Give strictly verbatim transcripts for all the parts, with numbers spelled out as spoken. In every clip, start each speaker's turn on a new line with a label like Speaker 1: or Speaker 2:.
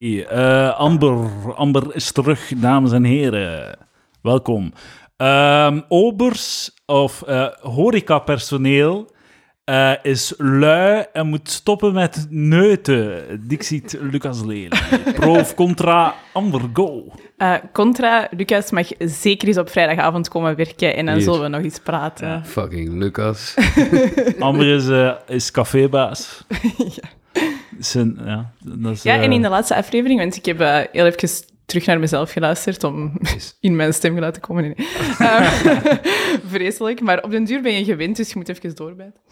Speaker 1: Uh, Amber, Amber is terug, dames en heren. Welkom. Um, obers of uh, horecapersoneel uh, is lui en moet stoppen met neuten. Dixit Lucas Lely. Pro of contra Amber, go.
Speaker 2: Uh, contra, Lucas mag zeker eens op vrijdagavond komen werken en dan
Speaker 3: Hier.
Speaker 2: zullen we nog eens praten.
Speaker 1: Ja.
Speaker 3: Fucking Lucas.
Speaker 1: Amber is, uh, is cafébaas.
Speaker 2: ja.
Speaker 1: Zijn, ja, dat is,
Speaker 2: ja,
Speaker 1: uh...
Speaker 2: en in de laatste aflevering, want ik heb uh, heel even terug naar mezelf geluisterd om in mijn stemgeluid te komen. Nee. Um, vreselijk, maar op den duur ben je gewend, dus je moet even doorbijten.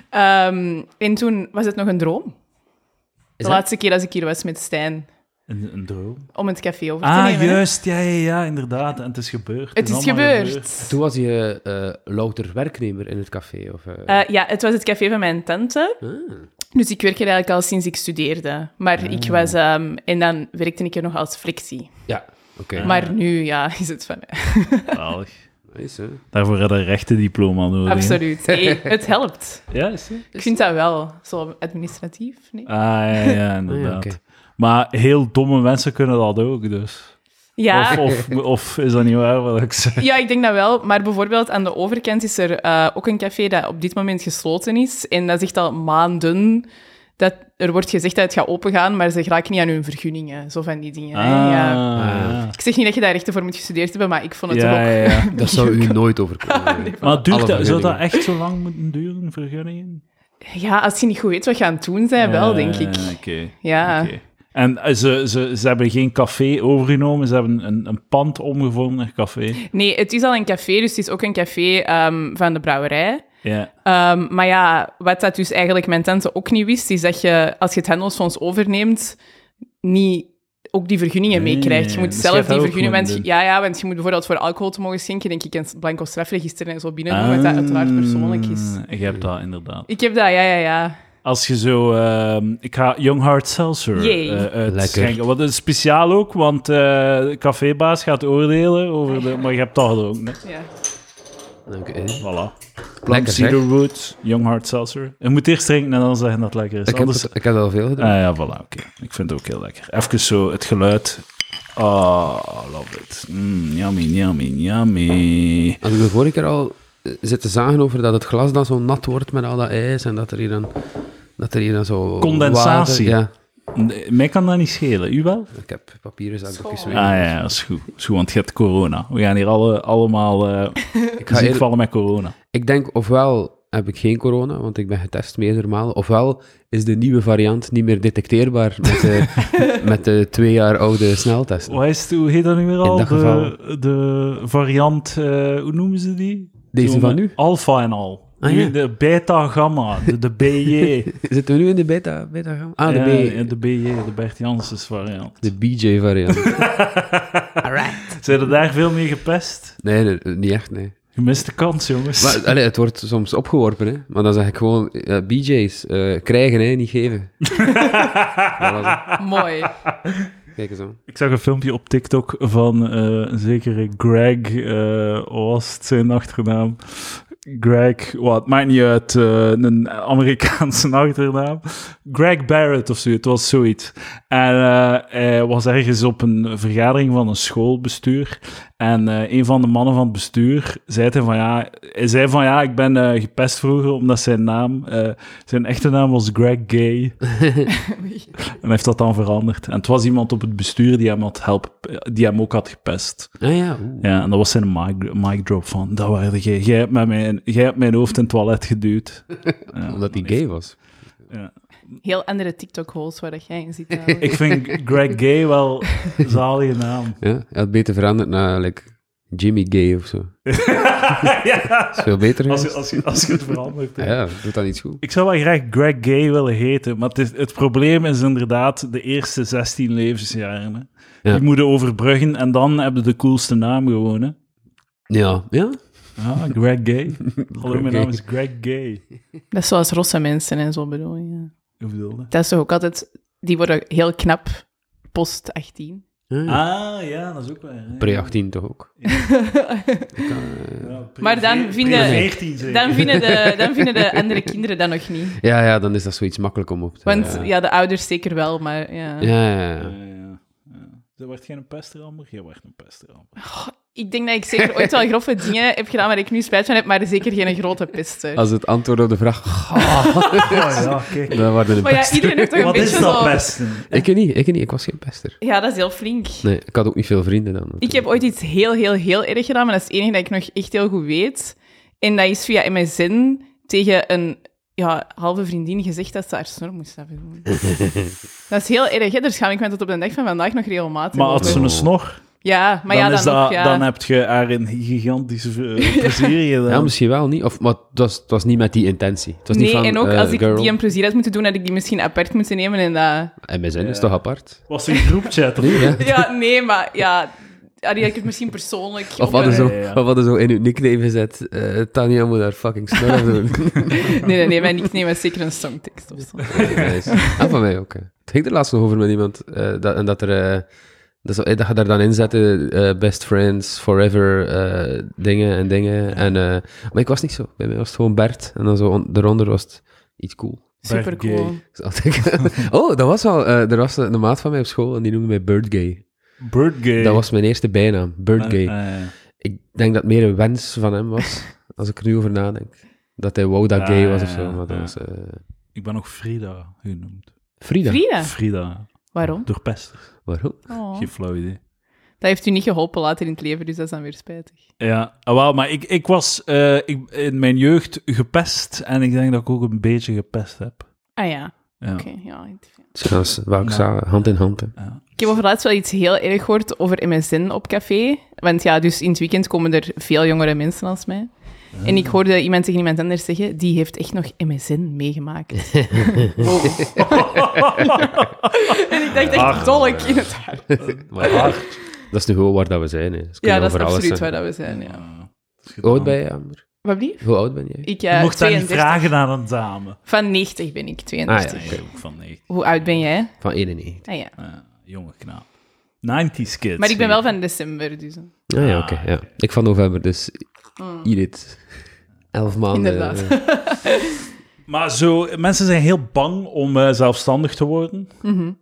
Speaker 2: Um, en toen was het nog een droom. De
Speaker 3: dat...
Speaker 2: laatste keer als ik hier was met Stijn.
Speaker 1: Een, een droom?
Speaker 2: Om het café over te
Speaker 1: ah,
Speaker 2: nemen.
Speaker 1: Ah, juist. Ja, ja, ja, inderdaad. En het is gebeurd.
Speaker 2: Het is gebeurd. gebeurd.
Speaker 3: Toen was je uh, louter werknemer in het café? Of, uh...
Speaker 2: Uh, ja, het was het café van mijn tante.
Speaker 3: Ah.
Speaker 2: Dus ik werk er eigenlijk al sinds ik studeerde. Maar ah. ik was... Um, en dan werkte ik er nog als flexie.
Speaker 3: Ja, oké.
Speaker 2: Okay. Maar nu, ja, is het van mij.
Speaker 1: Zalig.
Speaker 3: Nice, hè?
Speaker 1: Daarvoor had een rechtendiploma nodig.
Speaker 2: Absoluut. Hey, het helpt.
Speaker 1: Ja, is het?
Speaker 2: Ik vind dat wel. Zo administratief, nee?
Speaker 1: Ah, ja, ja, inderdaad.
Speaker 3: Ah, ja, okay.
Speaker 1: Maar heel domme mensen kunnen dat ook, dus...
Speaker 2: Ja.
Speaker 1: Of, of, of is dat niet waar, wat ik zeg?
Speaker 2: Ja, ik denk dat wel. Maar bijvoorbeeld aan de overkant is er uh, ook een café dat op dit moment gesloten is. En dat zegt al maanden... Dat er wordt gezegd dat het gaat opengaan, maar ze geraken niet aan hun vergunningen. Zo van die dingen.
Speaker 1: Ah,
Speaker 2: ja.
Speaker 1: ja.
Speaker 2: Ik zeg niet dat je daar rechten voor moet gestudeerd hebben, maar ik vond het
Speaker 1: ja,
Speaker 2: toch ook...
Speaker 1: Ja, ja.
Speaker 3: Dat zou u nooit overkomen.
Speaker 2: nee,
Speaker 1: maar duurt dat, zou dat echt zo lang moeten duren, vergunningen?
Speaker 2: Ja, als je niet goed weet wat je aan het doen bent, wel, denk ik.
Speaker 1: Oké. Okay.
Speaker 2: Ja.
Speaker 1: Okay. En ze, ze, ze hebben geen café overgenomen, ze hebben een, een pand omgevormd naar café?
Speaker 2: Nee, het is al een café, dus het is ook een café um, van de brouwerij.
Speaker 1: Ja.
Speaker 2: Um, maar ja, wat dat dus eigenlijk mijn tante ook niet wist, is dat je, als je het handelsfonds overneemt, niet ook die vergunningen
Speaker 1: nee,
Speaker 2: meekrijgt. Je moet
Speaker 1: dus
Speaker 2: zelf die vergunningen... Want,
Speaker 1: doen.
Speaker 2: ja, ja, want je moet bijvoorbeeld voor alcohol te mogen schenken, denk ik, een blanco strafregister en zo binnen doen, wat dat uiteraard persoonlijk is.
Speaker 1: Je hebt dat, inderdaad.
Speaker 2: Ik heb dat, ja, ja, ja.
Speaker 1: Als je zo... Uh, ik ga Young Hard Seltzer uh, uitschenken. Wat is speciaal ook, want uh, de cafébaas gaat oordelen over de... Maar je hebt dat ook, hè?
Speaker 2: Ja.
Speaker 3: Oké. Okay.
Speaker 1: Voilà. Plum Cedarwood, Young Hard Seltzer. Je moet eerst drinken en dan zeggen dat het lekker is.
Speaker 3: Ik,
Speaker 1: Anders...
Speaker 3: heb, ik heb al veel gedaan.
Speaker 1: Ah ja, voilà, oké. Okay. Ik vind het ook heel lekker. Even zo het geluid. Oh, love it. Mm, yummy, yummy, yummy.
Speaker 3: Had ik de vorige keer al zitten zagen over dat het glas dan zo nat wordt met al dat ijs en dat er hier dan, dat er hier dan zo...
Speaker 1: Condensatie.
Speaker 3: Water, ja.
Speaker 1: Nee, mij kan dat niet schelen. U wel?
Speaker 3: Ik heb papieren zakdoekjes mee.
Speaker 1: Ah ja, dat is goed. Dat is goed, want je hebt corona. We gaan hier alle, allemaal uh, ik ga ziek vallen met corona.
Speaker 3: Ik denk, ofwel heb ik geen corona, want ik ben getest meerdere malen, ofwel is de nieuwe variant niet meer detecteerbaar met de, met de twee jaar oude sneltesten.
Speaker 1: Wat is het, hoe heet dat nu weer al?
Speaker 3: In dat
Speaker 1: de,
Speaker 3: geval...
Speaker 1: de variant, uh, hoe noemen ze die?
Speaker 3: Deze van nu?
Speaker 1: Alpha en al.
Speaker 3: Ah, ja.
Speaker 1: De beta-gamma, de, de B J.
Speaker 3: Zitten we nu in de beta, beta-gamma? Ah,
Speaker 1: ja,
Speaker 3: de B J.
Speaker 1: de B J, de Bert Janssens variant.
Speaker 3: De B J-variant.
Speaker 2: Alright.
Speaker 1: Zijn er daar veel mee gepest?
Speaker 3: Nee, nee, niet echt, nee.
Speaker 1: Gemiste kans, jongens.
Speaker 3: Maar, allee, het wordt soms opgeworpen, hè. Maar dan zeg ik gewoon, uh, B J's, uh, krijgen, hè, niet geven.
Speaker 2: Mooi.
Speaker 3: Kijk eens aan.
Speaker 1: Ik zag een filmpje op TikTok van uh, een zekere Greg, uh, wat was het zijn achternaam? Greg, wat, het maakt niet uit, uh, een Amerikaanse achternaam. Greg Barrett of zo, het was zoiets. En uh, hij was ergens op een vergadering van een schoolbestuur. En uh, een van de mannen van het bestuur zei hij van ja, hij zei van ja, ik ben uh, gepest vroeger omdat zijn naam, uh, zijn echte naam was Greg Gay. En hij heeft dat dan veranderd. En het was iemand op het bestuur die hem, had help, die hem ook had gepest.
Speaker 3: Ah ja. Oeh.
Speaker 1: Ja, en dat was zijn mic, mic drop van, dat waren jij. Jij hebt, met mijn, jij hebt mijn hoofd in het toilet geduwd. Ja,
Speaker 3: omdat hij gay was.
Speaker 1: Ja.
Speaker 2: Heel andere TikTok-holes waar dat jij in zit.
Speaker 1: Ik vind Greg Gay wel een zalige naam.
Speaker 3: Ja, hij had beter veranderd naar like, Jimmy Gay of zo.
Speaker 1: Ja.
Speaker 3: Dat is veel beter.
Speaker 1: Als je, als je, als je het verandert.
Speaker 3: Ja, ja, doet dat niet goed.
Speaker 1: Ik zou wel graag Greg Gay willen heten, maar het, is, het probleem is inderdaad de eerste zestien levensjaren. Hè.
Speaker 3: Ja.
Speaker 1: Die moeten overbruggen en dan heb je de coolste naam gewoon. Hè.
Speaker 3: Ja. Ja?
Speaker 1: Ah, Greg Gay. Hallo, mijn
Speaker 3: Greg
Speaker 1: naam
Speaker 3: Gay.
Speaker 1: is Greg Gay.
Speaker 2: Dat is zoals rosse mensen en zo bedoel je. Ja.
Speaker 1: Hoe bedoel je?
Speaker 2: Dat is toch ook altijd... Die worden heel knap post achttien.
Speaker 3: Ah, ja.
Speaker 1: Ah, ja, dat is ook wel. Ja.
Speaker 3: pre achttien toch ook?
Speaker 1: Ja.
Speaker 3: Ik kan, uh...
Speaker 1: Ja, pre-
Speaker 2: Maar dan
Speaker 1: pre-
Speaker 2: vinden-
Speaker 1: pre- veertien zeker.
Speaker 2: Dan vinden, de, dan vinden de andere kinderen dat nog niet.
Speaker 3: ja, ja, dan is dat zoiets makkelijk om op te...
Speaker 2: Want
Speaker 3: ja.
Speaker 2: ja, de ouders zeker wel, maar ja.
Speaker 3: Ja, ja, ja.
Speaker 1: Ja, ja. werd geen pesteramber? Jij werd een pesteramber.
Speaker 2: Oh, ik denk dat ik zeker ooit wel grove dingen heb gedaan waar ik nu spijt van heb, maar zeker geen grote pester.
Speaker 3: Als het antwoord op de vraag...
Speaker 1: Oh, ja, kijk.
Speaker 3: Dan waren de
Speaker 2: Maar ja,
Speaker 3: pester.
Speaker 2: iedereen heeft toch een
Speaker 1: Wat
Speaker 2: beetje
Speaker 1: is dat
Speaker 2: zo...
Speaker 1: pesten?
Speaker 3: Ik niet, ik niet. Ik was geen pester.
Speaker 2: Ja, dat is heel flink.
Speaker 3: Nee, ik had ook niet veel vrienden dan.
Speaker 2: Ik heb ooit iets heel, heel, heel erg gedaan, maar dat is het enige dat ik nog echt heel goed weet. En dat is via M S N tegen een ja, halve vriendin gezegd dat ze haar snor moest afdoen. Dat is heel erg, hè? Daar schaam ik me tot op de dag van vandaag nog regelmatig
Speaker 1: Maar had
Speaker 2: over.
Speaker 1: ze een snor,
Speaker 2: Ja, maar
Speaker 1: dan,
Speaker 2: ja, dan
Speaker 1: is dat,
Speaker 2: nog, ja.
Speaker 1: dan heb je haar een gigantische eh, plezier gedaan.
Speaker 3: Ja, misschien wel niet. Of, maar het was, het was niet met die intentie. Het was
Speaker 2: Nee,
Speaker 3: niet van,
Speaker 2: en ook
Speaker 3: eh,
Speaker 2: als ik
Speaker 3: girl.
Speaker 2: die een plezier had moeten doen, had ik die misschien apart moeten nemen en dat...
Speaker 3: M S N is toch apart?
Speaker 1: Was het een groepchat? Of?
Speaker 3: Nee, ja.
Speaker 2: Ja, nee, maar ja... Ja, die had ik het misschien persoonlijk...
Speaker 3: Of
Speaker 2: op
Speaker 3: hadden
Speaker 2: een-
Speaker 3: zo,
Speaker 1: Ja, ja.
Speaker 3: of hadden zo in uw nickname gezet, eh, Tanja moet haar fucking snor doen.
Speaker 2: Nee, nee, nee, mijn nickname was zeker een songtekst of zo.
Speaker 3: Nice. Ah, van mij ook. hè. Het ging er laatst nog over met iemand. eh, dat, en dat, er, eh, dat, zo- dat je daar dan in zette, eh, best friends, forever, eh, dingen en dingen. En, eh, maar ik was niet zo. Bij mij was het gewoon Bert. En dan zo on- daaronder was het iets cool.
Speaker 2: Super
Speaker 1: Gay.
Speaker 2: cool.
Speaker 3: Dus dacht ik, oh, dat was wel... eh, er was een maat van mij op school en die noemde mij Bird Gay.
Speaker 1: Bird gay.
Speaker 3: Dat was mijn eerste bijnaam, Bird Gay.
Speaker 1: Ah, ah, ja.
Speaker 3: Ik denk dat het meer een wens van hem was, als ik er nu over nadenk. Dat hij wou dat gay
Speaker 1: Ah,
Speaker 3: was of zo.
Speaker 1: ja,
Speaker 3: Maar dat
Speaker 1: ja.
Speaker 3: was... eh,
Speaker 1: Ik ben ook Frida genoemd.
Speaker 3: Frida.
Speaker 2: Frida?
Speaker 1: Frida.
Speaker 2: Waarom?
Speaker 1: Door pesters.
Speaker 3: Waarom?
Speaker 2: Oh.
Speaker 1: Geen flauw idee.
Speaker 2: Dat heeft u niet geholpen later in het leven, dus dat is dan weer spijtig.
Speaker 1: Ja, ah, wel, maar ik, ik was eh, ik, in mijn jeugd gepest en ik denk dat ik ook een beetje gepest heb.
Speaker 2: Ah ja,
Speaker 1: Ja.
Speaker 2: oké. ja.
Speaker 3: Dus gaan ze wel
Speaker 1: Nou.
Speaker 3: samen, hand in hand. Hè.
Speaker 1: Ja.
Speaker 2: Ik heb over laatst wel iets heel erg gehoord over M S N op café. Want ja, dus in het weekend komen er veel jongere mensen als mij. En ik hoorde iemand tegen iemand anders zeggen, die heeft echt nog M S N meegemaakt. Oh. En ik dacht echt
Speaker 1: Ach.
Speaker 2: dolk in het hart.
Speaker 3: Maar dat is nu gewoon waar dat we zijn. Hè. Dus
Speaker 2: Ja,
Speaker 3: kunnen
Speaker 2: dat is
Speaker 3: over alles
Speaker 2: absoluut
Speaker 3: zijn.
Speaker 2: waar dat we zijn, ja.
Speaker 1: Ah, dat is
Speaker 3: Hoe oud
Speaker 1: gedaan.
Speaker 3: ben je, Amber?
Speaker 2: Wat blieft?
Speaker 3: Hoe oud ben jij?
Speaker 2: Ik,
Speaker 1: Je
Speaker 2: uh,
Speaker 1: mocht dat niet
Speaker 2: tweeëndertig.
Speaker 1: vragen aan een dame.
Speaker 2: Van negentig ben ik,
Speaker 3: Ah,
Speaker 2: tweeëndertig.
Speaker 3: ja.
Speaker 1: Ja, ook van negentig.
Speaker 2: Hoe oud ben jij?
Speaker 3: Van eenennegentig.
Speaker 2: Ah ja.
Speaker 1: Ja, jonge knaap. nineties kids.
Speaker 2: Maar ik ben wel
Speaker 1: hier.
Speaker 2: van december, dus...
Speaker 3: Ah ja, oké. ja. Ik van november, dus
Speaker 2: Mm.
Speaker 3: hier dit. Elf maanden.
Speaker 2: Inderdaad.
Speaker 3: eh.
Speaker 1: Maar zo, mensen zijn heel bang om eh, zelfstandig te worden.
Speaker 2: Mhm.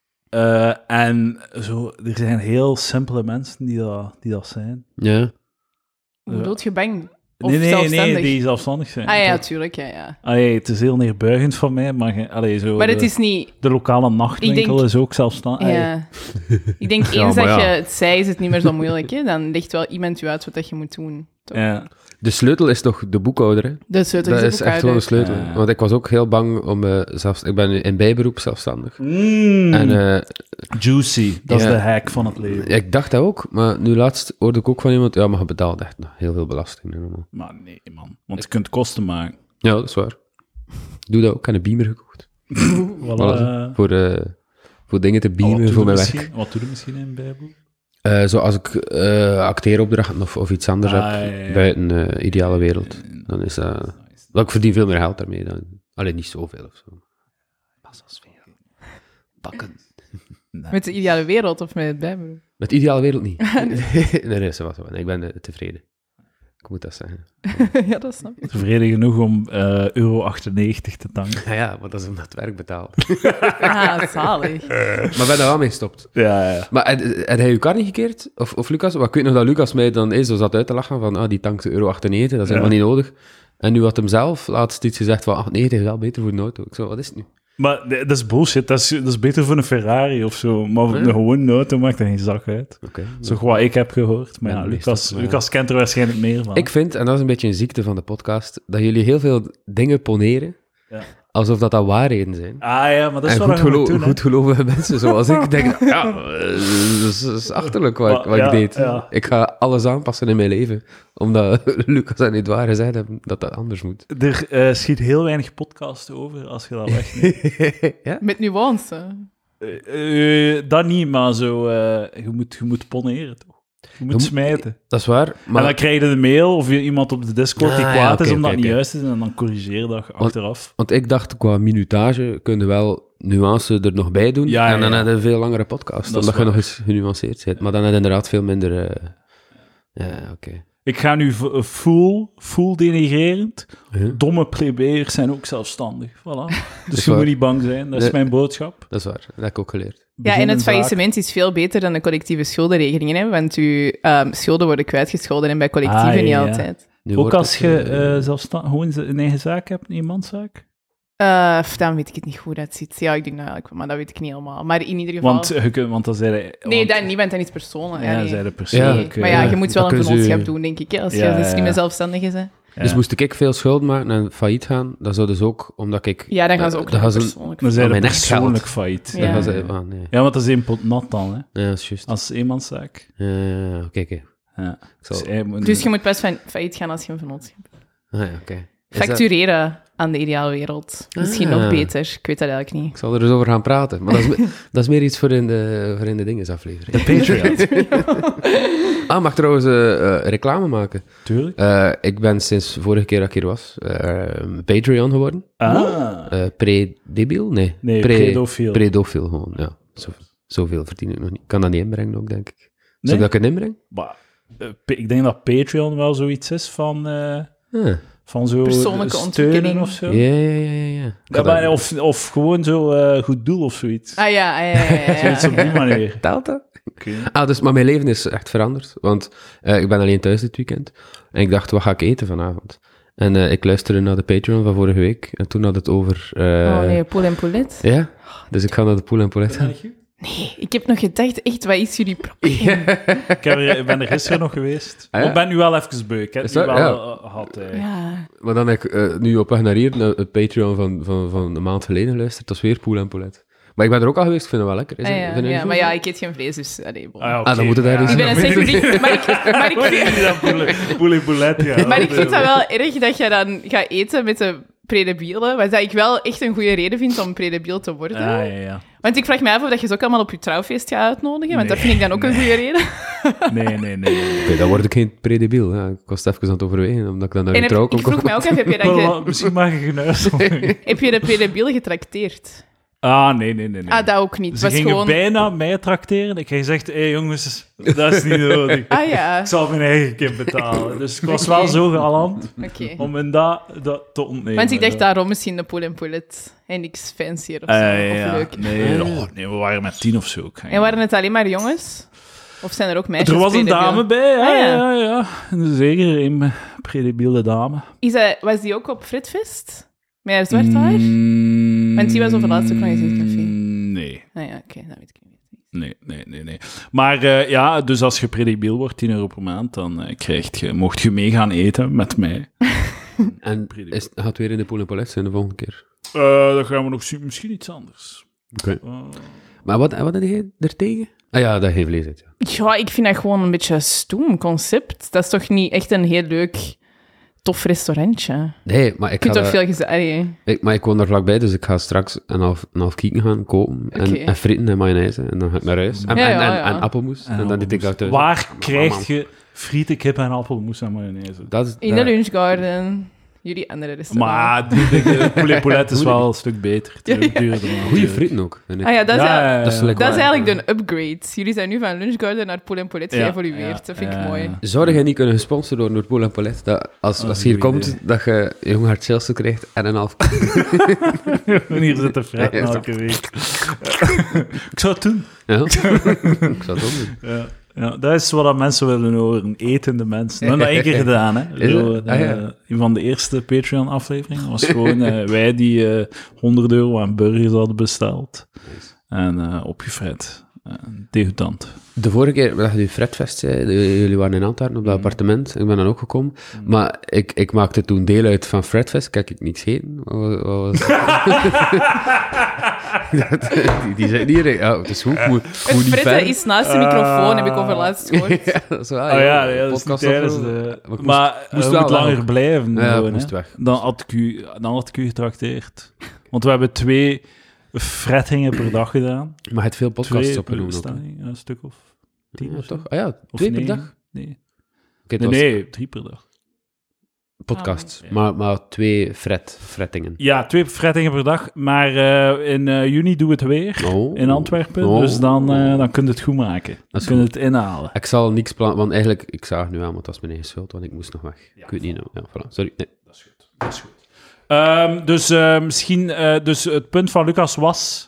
Speaker 1: Eh, en zo, er zijn heel simpele mensen die dat, die dat zijn.
Speaker 3: Ja.
Speaker 2: Hoe bedoelt je bang? Of
Speaker 1: nee, nee,
Speaker 2: zelfstandig?
Speaker 1: nee, die zelfstandig zijn.
Speaker 2: Ah ja,
Speaker 1: Toch?
Speaker 2: tuurlijk, ja, ja.
Speaker 1: Allee, het is heel neerbuigend van mij, maar ge- allee, zo
Speaker 2: Maar
Speaker 1: de,
Speaker 2: het is niet...
Speaker 1: de lokale nachtwinkel
Speaker 2: Ik denk-
Speaker 1: is ook zelfstandig. Allee,
Speaker 2: Ja. Ik denk,
Speaker 3: Ja,
Speaker 2: eens
Speaker 3: maar
Speaker 2: dat
Speaker 3: ja.
Speaker 2: je het zei, is het niet meer zo moeilijk, hè. Dan legt wel iemand je uit wat dat je moet doen. Toch?
Speaker 1: ja.
Speaker 3: De sleutel is toch de boekhouder, hè?
Speaker 2: De sleutel
Speaker 3: Dat
Speaker 2: de
Speaker 3: is echt gewoon een
Speaker 2: boekhouder.
Speaker 3: sleutel.
Speaker 1: Ja.
Speaker 3: Want ik was ook heel bang om... eh zelfs, ik ben in bijberoep zelfstandig.
Speaker 1: Mm,
Speaker 3: En eh,
Speaker 1: juicy, dat
Speaker 3: Ja.
Speaker 1: is de hack van het leven.
Speaker 3: ja, ik dacht dat ook, maar nu laatst hoorde ik ook van iemand... Ja, maar je betaalt echt nog heel veel belasting. hè.
Speaker 1: Maar nee, man. Want je kunt kosten maken.
Speaker 3: Ja, dat is waar. Ik doe dat ook. Ik heb een beamer gekocht.
Speaker 1: Voilà.
Speaker 3: Voilà. Voor, eh, voor dingen te
Speaker 1: wat
Speaker 3: beamen
Speaker 1: doe
Speaker 3: voor
Speaker 1: je
Speaker 3: mijn
Speaker 1: misschien-
Speaker 3: werk.
Speaker 1: Wat doe je misschien in Bijbel?
Speaker 3: Eh zoals ik eh acteeropdrachten of, of iets anders
Speaker 1: Ah,
Speaker 3: heb
Speaker 1: ja, ja, ja.
Speaker 3: buiten de ideale wereld. Dan is dat... wel, ik verdien veel meer geld daarmee dan... Alleen niet zoveel of zo. Pas als veel. Pakken.
Speaker 2: Met de ideale wereld of met het bijberoep?
Speaker 3: Met de ideale wereld niet. nee, nee, zo wat. Nee, ik ben eh, tevreden. Ik moet dat zeggen.
Speaker 2: Ja, dat snap ik.
Speaker 1: Tevreden genoeg om eh, euro achtennegentig te tanken.
Speaker 3: Ja, ja, maar dat is omdat het werk betaalt.
Speaker 2: Ah, zalig.
Speaker 3: maar ben er wel mee gestopt.
Speaker 1: Ja, ja.
Speaker 3: Maar had, had hij je kar niet gekeerd? Of, of Lucas? Maar ik weet nog dat Lucas mij dan eens zo zat uit te lachen van ah, die tankt euro achtennegentig, dat is helemaal niet nodig. En nu had hem zelf laatst iets gezegd van achtennegentig is wel beter voor een auto. Ik zo, wat is het nu?
Speaker 1: Maar nee, dat is bullshit. Dat is, dat is beter voor een Ferrari of zo. Maar voor
Speaker 3: Ja.
Speaker 1: een gewone auto maakt er geen zak uit.
Speaker 3: Oké.
Speaker 1: Zo wat ik heb gehoord. Maar
Speaker 3: Ja,
Speaker 1: ja,
Speaker 3: meestal,
Speaker 1: Lucas,
Speaker 3: maar-
Speaker 1: Lucas kent er waarschijnlijk meer van.
Speaker 3: Ik vind, en dat is een beetje een ziekte van de podcast, dat jullie heel veel dingen poneren,
Speaker 1: Ja.
Speaker 3: alsof dat, dat waarheden zijn.
Speaker 1: Ah ja, maar dat is
Speaker 3: en
Speaker 1: wat
Speaker 3: goed,
Speaker 1: je moet
Speaker 3: gelo-
Speaker 1: doen. hè.
Speaker 3: goed gelovige mensen zoals ik denken, ja, eh, dat is, dat is achterlijk wat, ik-
Speaker 1: Maar,
Speaker 3: wat
Speaker 1: ja,
Speaker 3: ik deed.
Speaker 1: ja.
Speaker 3: Ik ga alles aanpassen in mijn leven, omdat Lucas en Edouard gezegd hebben dat dat anders moet.
Speaker 1: Er eh, schiet heel weinig podcast over als je dat wegneemt.
Speaker 3: ja?
Speaker 2: Met nuance.
Speaker 1: Eh, eh, dat niet, maar zo... eh, je, moet, je moet poneren, toch? Je moet
Speaker 3: moet-
Speaker 1: smijten.
Speaker 3: Dat is waar,
Speaker 1: En
Speaker 3: maar
Speaker 1: dan krijg je een mail of je iemand op de Discord die
Speaker 3: Ah,
Speaker 1: kwaad
Speaker 3: ja,
Speaker 1: is
Speaker 3: oké,
Speaker 1: omdat
Speaker 3: oké,
Speaker 1: het niet
Speaker 3: oké.
Speaker 1: juist is. En dan corrigeer je dat achteraf.
Speaker 3: want ik dacht, qua minutage kunnen wel nuance er nog bij doen,
Speaker 1: Ja, ja,
Speaker 3: en dan
Speaker 1: ja.
Speaker 3: heb je een veel langere podcast,
Speaker 1: Dat is
Speaker 3: omdat je
Speaker 1: waar.
Speaker 3: nog eens genuanceerd bent. Maar dan heb je inderdaad veel minder... eh, Ja, oké.
Speaker 1: Ik ga nu v- full, full denigrerend.
Speaker 3: Ja.
Speaker 1: Domme plebeiers zijn ook zelfstandig. Voilà. Dus
Speaker 3: is
Speaker 1: je
Speaker 3: waar.
Speaker 1: moet niet bang zijn. Dat is
Speaker 3: Nee.
Speaker 1: mijn boodschap.
Speaker 3: Dat is waar, dat heb ik ook geleerd.
Speaker 2: Ja,
Speaker 1: Begin
Speaker 2: en het
Speaker 1: een zaak.
Speaker 2: faillissement is veel beter dan de collectieve schuldenregelingen, hè, want uw ehm, schulden worden kwijtgescholden en bij collectieven
Speaker 1: Ah, ja,
Speaker 2: niet
Speaker 1: ja.
Speaker 2: altijd.
Speaker 3: Nu
Speaker 1: Ook
Speaker 3: wordt
Speaker 1: als
Speaker 3: het,
Speaker 1: je
Speaker 3: eh,
Speaker 1: eh zelfstandig gewoon een eigen zaak hebt, een eenmanszaak.
Speaker 2: Uh, dan weet ik het niet hoe dat zit. Ja, ik denk dat eigenlijk, maar dat weet ik niet helemaal. Maar in ieder geval...
Speaker 1: Want, je kunt, want dan zijn de,
Speaker 2: nee,
Speaker 1: want-
Speaker 2: dat niet, want dat is persoonlijk.
Speaker 1: Ja,
Speaker 2: nee.
Speaker 1: zij de
Speaker 2: Nee,
Speaker 1: persoonlijk.
Speaker 2: maar ja,
Speaker 1: eh,
Speaker 2: je moet wel
Speaker 3: dan
Speaker 2: een
Speaker 3: kun je-
Speaker 2: vennootschap doen, denk ik, hè, als
Speaker 1: Ja,
Speaker 2: je een
Speaker 1: ja,
Speaker 2: slimme
Speaker 1: ja.
Speaker 2: zelfstandige bent.
Speaker 1: ja.
Speaker 3: Dus moest ik veel schuld maken en failliet gaan, dan zou dus ook, omdat ik...
Speaker 2: Ja, dan gaan ze
Speaker 3: eh,
Speaker 2: ook
Speaker 3: dan
Speaker 2: naar
Speaker 3: gaan ze-
Speaker 2: persoonlijk.
Speaker 1: Dan zijn
Speaker 3: Aan
Speaker 1: de
Speaker 3: mijn echt
Speaker 1: persoonlijk
Speaker 3: geld.
Speaker 1: failliet.
Speaker 2: Ja.
Speaker 3: Dan
Speaker 1: Ja.
Speaker 3: gaan ze... Ah, nee.
Speaker 1: ja, want dat is één pot nat dan, hè.
Speaker 3: Ja, dat is juist.
Speaker 1: Als eenmanszaak.
Speaker 3: Ja, oké, oké.
Speaker 1: Ja.
Speaker 3: Ik zal-
Speaker 1: Dus, hij moet-
Speaker 2: Dus je moet best van failliet gaan als je een vennootschap hebt.
Speaker 3: Ah, ja, oké. Is dat-
Speaker 2: Factureren aan de ideale wereld. Misschien
Speaker 3: Ah.
Speaker 2: nog beter. Ik weet dat eigenlijk niet.
Speaker 3: Ik zal er eens over gaan praten. Maar dat is, me- dat is meer iets voor in de, voor in de dingesaflevering.
Speaker 1: De Patreon.
Speaker 3: Ah, mag ik trouwens eh, eh, reclame maken?
Speaker 1: Tuurlijk.
Speaker 3: Eh, ik ben sinds vorige keer dat ik hier was eh, Patreon geworden.
Speaker 1: Ah.
Speaker 3: Eh pre-debiel? Nee,
Speaker 1: Nee,
Speaker 3: pre-
Speaker 1: pedofiel.
Speaker 3: Predofiel gewoon, ja. Zo, zoveel verdien ik nog niet. Ik kan dat niet inbrengen ook, denk ik. Zou
Speaker 1: Nee?
Speaker 3: ik dat kunnen inbrengen?
Speaker 1: Maar, eh, pa- ik denk dat Patreon wel zoiets is van, eh,
Speaker 3: Ah.
Speaker 1: van zo
Speaker 2: Persoonlijke
Speaker 1: steunen
Speaker 2: ontwikkeling.
Speaker 1: of zo.
Speaker 3: Ja, ja, ja, ja. ja. Ik
Speaker 1: Ja,
Speaker 3: ga
Speaker 1: maar
Speaker 3: dat-
Speaker 1: of, of gewoon zo eh, goed doel of zoiets.
Speaker 2: Ah ja, ah, ja, ja, ja, ja.
Speaker 1: Zoiets op die manier.
Speaker 3: Telt dat?
Speaker 1: Oké.
Speaker 3: Ah, dus, maar mijn leven is echt veranderd. Want eh, ik ben alleen thuis dit weekend. En ik dacht, wat ga ik eten vanavond? En eh, ik luisterde naar de Patreon van vorige week. En toen had het over... eh,
Speaker 2: Oh nee, pool en poulet.
Speaker 3: Ja, dus ik ga naar de Pool en Poulet gaan.
Speaker 2: Nee, ik heb nog gedacht, echt, wat is jullie probleem?
Speaker 1: Ik, heb er, ik ben er gisteren nog geweest.
Speaker 3: Ah, ja?
Speaker 1: Ik ben nu wel even beu. Ik heb
Speaker 3: Is
Speaker 1: het nu
Speaker 3: dat?
Speaker 1: wel
Speaker 3: Ja.
Speaker 1: eh, gehad. eh.
Speaker 2: Ja.
Speaker 3: Maar dan heb ik eh, nu op weg naar hier, naar het Patreon van, van, van een maand geleden geluisterd. Dat was weer Pool en Poulet. Maar ik ben er ook al geweest, ik vind het wel lekker. Is
Speaker 2: Ah,
Speaker 3: het-
Speaker 2: ja,
Speaker 3: vind je
Speaker 2: ja,
Speaker 3: het
Speaker 2: maar
Speaker 3: zo?
Speaker 2: ja, ik eet geen vlees, dus... Allee, bon.
Speaker 1: Ah, ja, oké.
Speaker 3: Ah, dan moeten we daar dus-
Speaker 2: Ik ben een
Speaker 3: dan moet
Speaker 2: slechte vriend, maar ik, maar ik vind...
Speaker 1: Poulet poulet, ja.
Speaker 2: Maar ik vind dat wel erg dat je dan gaat eten met de predebielen, wat dat ik wel echt een goede reden vind om predebiel te worden.
Speaker 1: Ah, ja, ja.
Speaker 2: Want ik vraag me af of dat je ze ook allemaal op je trouwfeest gaat uitnodigen, want dat
Speaker 1: Nee,
Speaker 2: vind ik dan ook een goede reden.
Speaker 1: Nee, nee, nee. nee.
Speaker 3: Oké, dan word ik geen predebiel. Ja. Ik was even aan het overwegen, omdat ik dan naar
Speaker 2: En
Speaker 3: een
Speaker 2: heb,
Speaker 3: trouw
Speaker 2: ik
Speaker 3: kon
Speaker 2: vroeg
Speaker 3: komen.
Speaker 2: mij ook af, heb je, dat
Speaker 1: Wel,
Speaker 2: ge,
Speaker 1: misschien mag je genuisterd.
Speaker 2: heb je de predebiel getrakteerd?
Speaker 1: Ah, nee, nee, nee. nee.
Speaker 2: Ah, dat ook niet. Het
Speaker 1: Ze
Speaker 2: was
Speaker 1: gingen
Speaker 2: gewoon...
Speaker 1: bijna mij trakteren. Ik heb gezegd, hé hey, jongens, dat is niet nodig.
Speaker 2: Ah ja,
Speaker 1: Ik zal mijn eigen kip betalen. Dus ik was wel zo galant
Speaker 2: oké.
Speaker 1: om hen dat, dat te ontnemen.
Speaker 2: Want ik dacht
Speaker 1: Ja.
Speaker 2: daarom misschien de pool en poulet en niks fancier of zo,
Speaker 1: Eh,
Speaker 2: of
Speaker 1: ja.
Speaker 2: leuk.
Speaker 1: Nee, oh, nee, we waren met tien of zo. Ik ga
Speaker 2: En waren het alleen maar jongens? Of zijn er ook meisjes?
Speaker 1: Er was een
Speaker 2: predebiel?
Speaker 1: dame bij, ja,
Speaker 2: Ah, ja.
Speaker 1: ja, ja. ja. Zeker een predebiele dame.
Speaker 2: Is hij, was die ook op Fritfest? Met haar zwart haar?
Speaker 1: Mm,
Speaker 2: Want die was over laatst ook nog eens in het café.
Speaker 1: Nee,
Speaker 2: Ah ja, oké, dat weet ik niet.
Speaker 1: nee, nee, nee. nee. Maar eh, ja, dus als je predebiel wordt, tien euro per maand, dan eh, krijg je, mocht je mee gaan eten met mij.
Speaker 3: En is, gaat het weer in de Pool en Poulet zijn de volgende keer?
Speaker 1: Uh, dan gaan we nog zien. Misschien iets anders.
Speaker 3: Oké.
Speaker 1: Uh,
Speaker 3: Maar wat, wat heb je er tegen? Ah ja, dat geen vlees uit, ja.
Speaker 2: Ja, ik vind dat gewoon een beetje een stoem concept. Dat is toch niet echt een heel leuk, tof restaurantje?
Speaker 3: Nee, maar ik
Speaker 2: Je kunt
Speaker 3: ga
Speaker 2: toch
Speaker 3: dat-
Speaker 2: veel gezegd...
Speaker 3: ik, maar ik woon er vlakbij, dus ik ga straks een half, een half kieken gaan kopen. En,
Speaker 2: Oké.
Speaker 3: en fritten en mayonaise. En dan ga ik naar huis. En,
Speaker 2: Ja,
Speaker 3: en,
Speaker 2: ja,
Speaker 3: en,
Speaker 2: ja.
Speaker 3: en appelmoes. En, dan eet ik dat thuis.
Speaker 1: Waar krijg je frieten, kip en appelmoes en mayonaise?
Speaker 3: Dat is,
Speaker 2: In
Speaker 3: dat-
Speaker 2: de lunchgarden. Jullie andere restaurants.
Speaker 1: Maar die de poulet poulet is wel een stuk beter. Het is ook duurder. maar-
Speaker 3: Goeie fritten ook. vind ik.
Speaker 2: Ah ja, dat is,
Speaker 1: Ja,
Speaker 2: eigenlijk-
Speaker 1: ja, ja.
Speaker 3: Dat is lekker.
Speaker 2: dat is eigenlijk de upgrade. Jullie zijn nu van lunchgarden naar pool en poulet
Speaker 1: Ja,
Speaker 2: geëvolueerd.
Speaker 1: ja,
Speaker 2: Dat vind ik
Speaker 1: ja.
Speaker 2: mooi.
Speaker 3: Zou je niet kunnen gesponsord worden door Pool en Poulet? Dat als,
Speaker 1: Dat is
Speaker 3: als
Speaker 1: een
Speaker 3: je hier
Speaker 1: goed
Speaker 3: komt,
Speaker 1: idee.
Speaker 3: dat je jong hart Chelsea krijgt en een half...
Speaker 1: Hier zitten fretten
Speaker 3: Ja,
Speaker 1: elke week. Ik zou het doen.
Speaker 3: Ja? Ik zou het ook doen.
Speaker 1: Ja. Ja, dat is wat dat mensen willen horen. Etende mensen. We hebben dat één keer gedaan, hè.
Speaker 3: Is
Speaker 1: Zo,
Speaker 3: het? Ah,
Speaker 1: eh,
Speaker 3: ja.
Speaker 1: een van de eerste Patreon-afleveringen was gewoon eh, wij die eh, honderd euro aan burgers hadden besteld. En eh opgefret. Uh, degoutant.
Speaker 3: De vorige keer dat je die Fredfest zei, de- jullie waren in Antwerpen op dat appartement, ik ben dan ook gekomen, maar ik, ik maakte toen deel uit van Fredfest, kijk ik niets gegeten. Wat, wat was dat? die, die zei hier, ja, het is goed, ik moet, ik
Speaker 2: Het
Speaker 3: moet niet
Speaker 2: fretten
Speaker 3: ver.
Speaker 2: is naast de microfoon, heb ik over laatst gehoord.
Speaker 3: Ja, dat is wel,
Speaker 1: Oh ja, ja, dat is niet
Speaker 3: podcast
Speaker 1: tijdens
Speaker 3: opnemen.
Speaker 1: de...
Speaker 3: Maar ik moest-
Speaker 1: Maar
Speaker 3: moest
Speaker 1: je
Speaker 3: wel
Speaker 1: moet
Speaker 3: weg
Speaker 1: langer
Speaker 3: ook.
Speaker 1: blijven.
Speaker 3: Ja,
Speaker 1: gewoon,
Speaker 3: ik moest
Speaker 1: hè.
Speaker 3: weg.
Speaker 1: Dan had, ik u, dan had ik u getrakteerd. Want we hebben twee frettingen per dag gedaan.
Speaker 3: Maar je hebt veel podcasts
Speaker 1: Twee
Speaker 3: opgenomen ook. hè?
Speaker 1: bestellingen, een stuk of tien
Speaker 3: Ja,
Speaker 1: of zo.
Speaker 3: toch? Ah ja,
Speaker 1: Of
Speaker 3: twee per
Speaker 1: negen.
Speaker 3: dag?
Speaker 1: Nee.
Speaker 3: Oké, het
Speaker 1: Nee,
Speaker 3: was-
Speaker 1: nee, drie per dag.
Speaker 3: Podcasts.
Speaker 2: Ah,
Speaker 1: ja.
Speaker 3: maar, maar twee fret, frettingen.
Speaker 1: Ja, twee frettingen per dag. Maar uh, in uh, juni doen we het weer.
Speaker 3: Oh.
Speaker 1: In Antwerpen.
Speaker 3: Oh.
Speaker 1: Dus dan, uh, dan kun je het goed maken. Dan
Speaker 3: is
Speaker 1: kun je
Speaker 3: goed.
Speaker 1: het inhalen.
Speaker 3: Ik zal niks plannen, want eigenlijk, ik zag het nu aan, maar het was mijn eigen schuld, want ik moest nog weg.
Speaker 1: Ja,
Speaker 3: ik weet niet, nou. Ja, voilà. Sorry. Nee.
Speaker 1: Dat is goed. Dat is goed. Um, dus uh, misschien... Uh, dus het punt van Lucas was...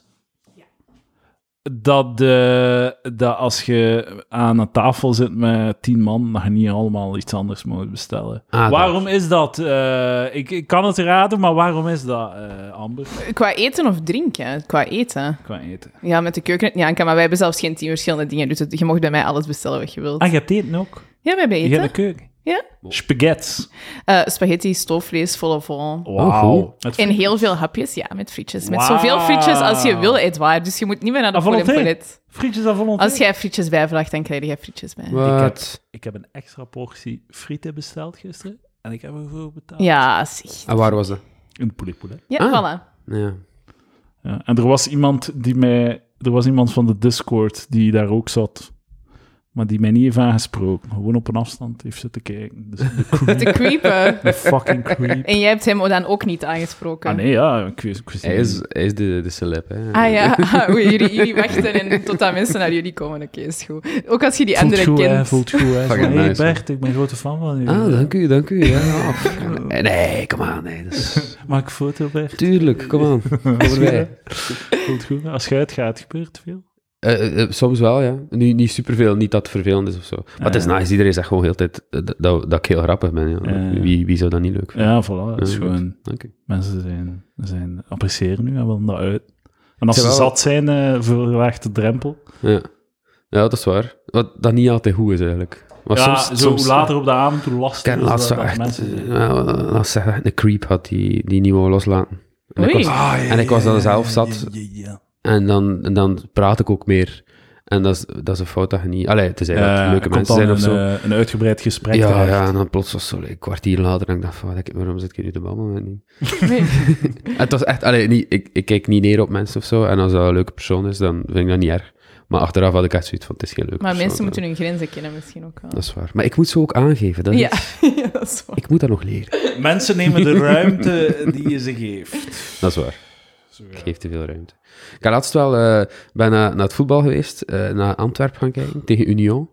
Speaker 1: Dat, de, dat als je aan een tafel zit met tien man, dat je niet allemaal iets anders moet bestellen.
Speaker 3: Ah,
Speaker 1: waarom is dat? Uh, ik, ik kan het raden, maar waarom is dat, uh, Amber?
Speaker 2: Qua eten of drinken? Qua eten.
Speaker 1: Qua eten.
Speaker 2: Ja, met de keuken. Ja, maar wij hebben zelfs geen tien verschillende dingen, dus het, je mag bij mij alles bestellen wat je wilt.
Speaker 1: Ah, je hebt eten ook?
Speaker 2: Ja, we hebben
Speaker 1: Je
Speaker 2: eten.
Speaker 1: hebt een keuken?
Speaker 2: Ja.
Speaker 1: Spaghetti.
Speaker 2: Uh, spaghetti, stoofvlees, vol au vent.
Speaker 1: Wauw.
Speaker 3: Oh,
Speaker 2: En heel veel hapjes, ja, met frietjes. Met
Speaker 1: Wow.
Speaker 2: zoveel frietjes als je wil, Edouard. Dus je moet niet meer naar de
Speaker 1: Ah,
Speaker 2: Paul en
Speaker 1: volonté?
Speaker 2: Paulette.
Speaker 1: Frietjes aan volonté.
Speaker 2: Als jij frietjes bijvraagt, dan krijg je frietjes bij.
Speaker 3: Wat?
Speaker 1: Ik heb een extra portie frieten besteld gisteren. En ik heb ervoor betaald.
Speaker 2: Ja, zeg.
Speaker 3: En waar was dat?
Speaker 1: Een poulet poulet.
Speaker 2: Ja,
Speaker 3: Ah.
Speaker 2: voilà.
Speaker 3: Ja.
Speaker 1: Ja, en er was iemand die mij... Er was iemand van de Discord die daar ook zat. Maar die mij niet heeft aangesproken. Gewoon op een afstand heeft zitten kijken. Dus de creep.
Speaker 2: Te creepen.
Speaker 1: De fucking creep.
Speaker 2: En jij hebt hem dan ook niet aangesproken.
Speaker 1: Ah nee, ja. Ik wist, ik wist
Speaker 3: Hij
Speaker 1: niet.
Speaker 3: is, hij is de, de celeb, hè.
Speaker 2: Ah ja, ah, oei, jullie, jullie wachten en tot dat mensen naar jullie komen. Oké, is goed. Ook als je die
Speaker 1: Voelt
Speaker 2: andere
Speaker 1: goed, hè.
Speaker 2: kent.
Speaker 1: Voelt goed, hè. Zo,
Speaker 3: Fucking
Speaker 1: hey
Speaker 3: nice,
Speaker 1: Bert, ik ben een grote fan van je.
Speaker 3: Ah, dank u, dank u. Ja, ja. Nee, nee, kom aan. Nee, dat is...
Speaker 1: Maak ik een foto, Bert?
Speaker 3: Tuurlijk, kom aan. Kom erbij.
Speaker 1: Voelt goed. Als je uitgaat, gebeurt veel.
Speaker 3: Uh, uh, soms wel, ja. Niet, niet superveel, niet dat het vervelend is of zo. Maar het is
Speaker 1: Ja.
Speaker 3: nice, iedereen zegt gewoon heel de tijd dat, dat, dat ik heel grappig ben. Ja.
Speaker 1: Ja.
Speaker 3: Wie, wie zou dat niet leuk vinden?
Speaker 1: Ja, voilà. Dat is
Speaker 3: Ja,
Speaker 1: gewoon...
Speaker 3: Dank u.
Speaker 1: Mensen zijn, zijn appreciëren nu en willen dat uit. En als ze
Speaker 3: Terwijl-
Speaker 1: zat zijn, uh, verlaagt de drempel.
Speaker 3: Ja. ja, dat is waar. Wat dat niet altijd goed is, eigenlijk. Maar
Speaker 1: ja,
Speaker 3: soms,
Speaker 1: zo
Speaker 3: soms,
Speaker 1: later op de avond, hoe
Speaker 3: Ik
Speaker 1: lastig
Speaker 3: ken
Speaker 1: is
Speaker 3: laatst
Speaker 1: dat,
Speaker 3: zo
Speaker 1: dat
Speaker 3: echt...
Speaker 1: mensen...
Speaker 3: Ja, laatst zeggen, een creep had die, die niet wou loslaten. En ik
Speaker 2: Oei.
Speaker 3: was,
Speaker 1: Ah, ja,
Speaker 3: en ik was
Speaker 1: ja,
Speaker 3: dan
Speaker 1: ja,
Speaker 3: zelf
Speaker 1: ja,
Speaker 3: zat.
Speaker 1: ja, ja, ja.
Speaker 3: En dan, en dan praat ik ook meer. En dat is, dat is een fout dat je niet... Allee, tenzij dat
Speaker 1: Ja,
Speaker 3: leuke
Speaker 1: er komt
Speaker 3: mensen zijn
Speaker 1: dan
Speaker 3: of zo.
Speaker 1: een, uh, een uitgebreid gesprek
Speaker 3: Ja,
Speaker 1: terecht.
Speaker 3: ja, en dan plots was het zo een kwartier later en ik dacht van, wat, waarom zit ik nu te babbelen met niet?
Speaker 2: Nee.
Speaker 3: En het was echt, allee, niet, ik, ik kijk niet neer op mensen of zo, en als dat een leuke persoon is, dan vind ik dat niet erg. Maar achteraf had ik echt zoiets van, het is geen leuke
Speaker 2: Maar
Speaker 3: persoon.
Speaker 2: mensen moeten
Speaker 3: Ja.
Speaker 2: hun grenzen kennen misschien ook wel.
Speaker 3: Dat is waar. Maar ik moet ze ook aangeven. Dat is,
Speaker 2: Ja, ja, dat is waar.
Speaker 3: Ik moet dat nog leren.
Speaker 1: Mensen nemen de ruimte die je ze geeft.
Speaker 3: Dat is waar.
Speaker 1: Zo,
Speaker 3: Ik
Speaker 1: ja.
Speaker 3: geef te veel ruimte. Ik heb laatst wel uh, ben naar, naar het voetbal geweest, uh, naar Antwerpen gaan kijken, tegen Union.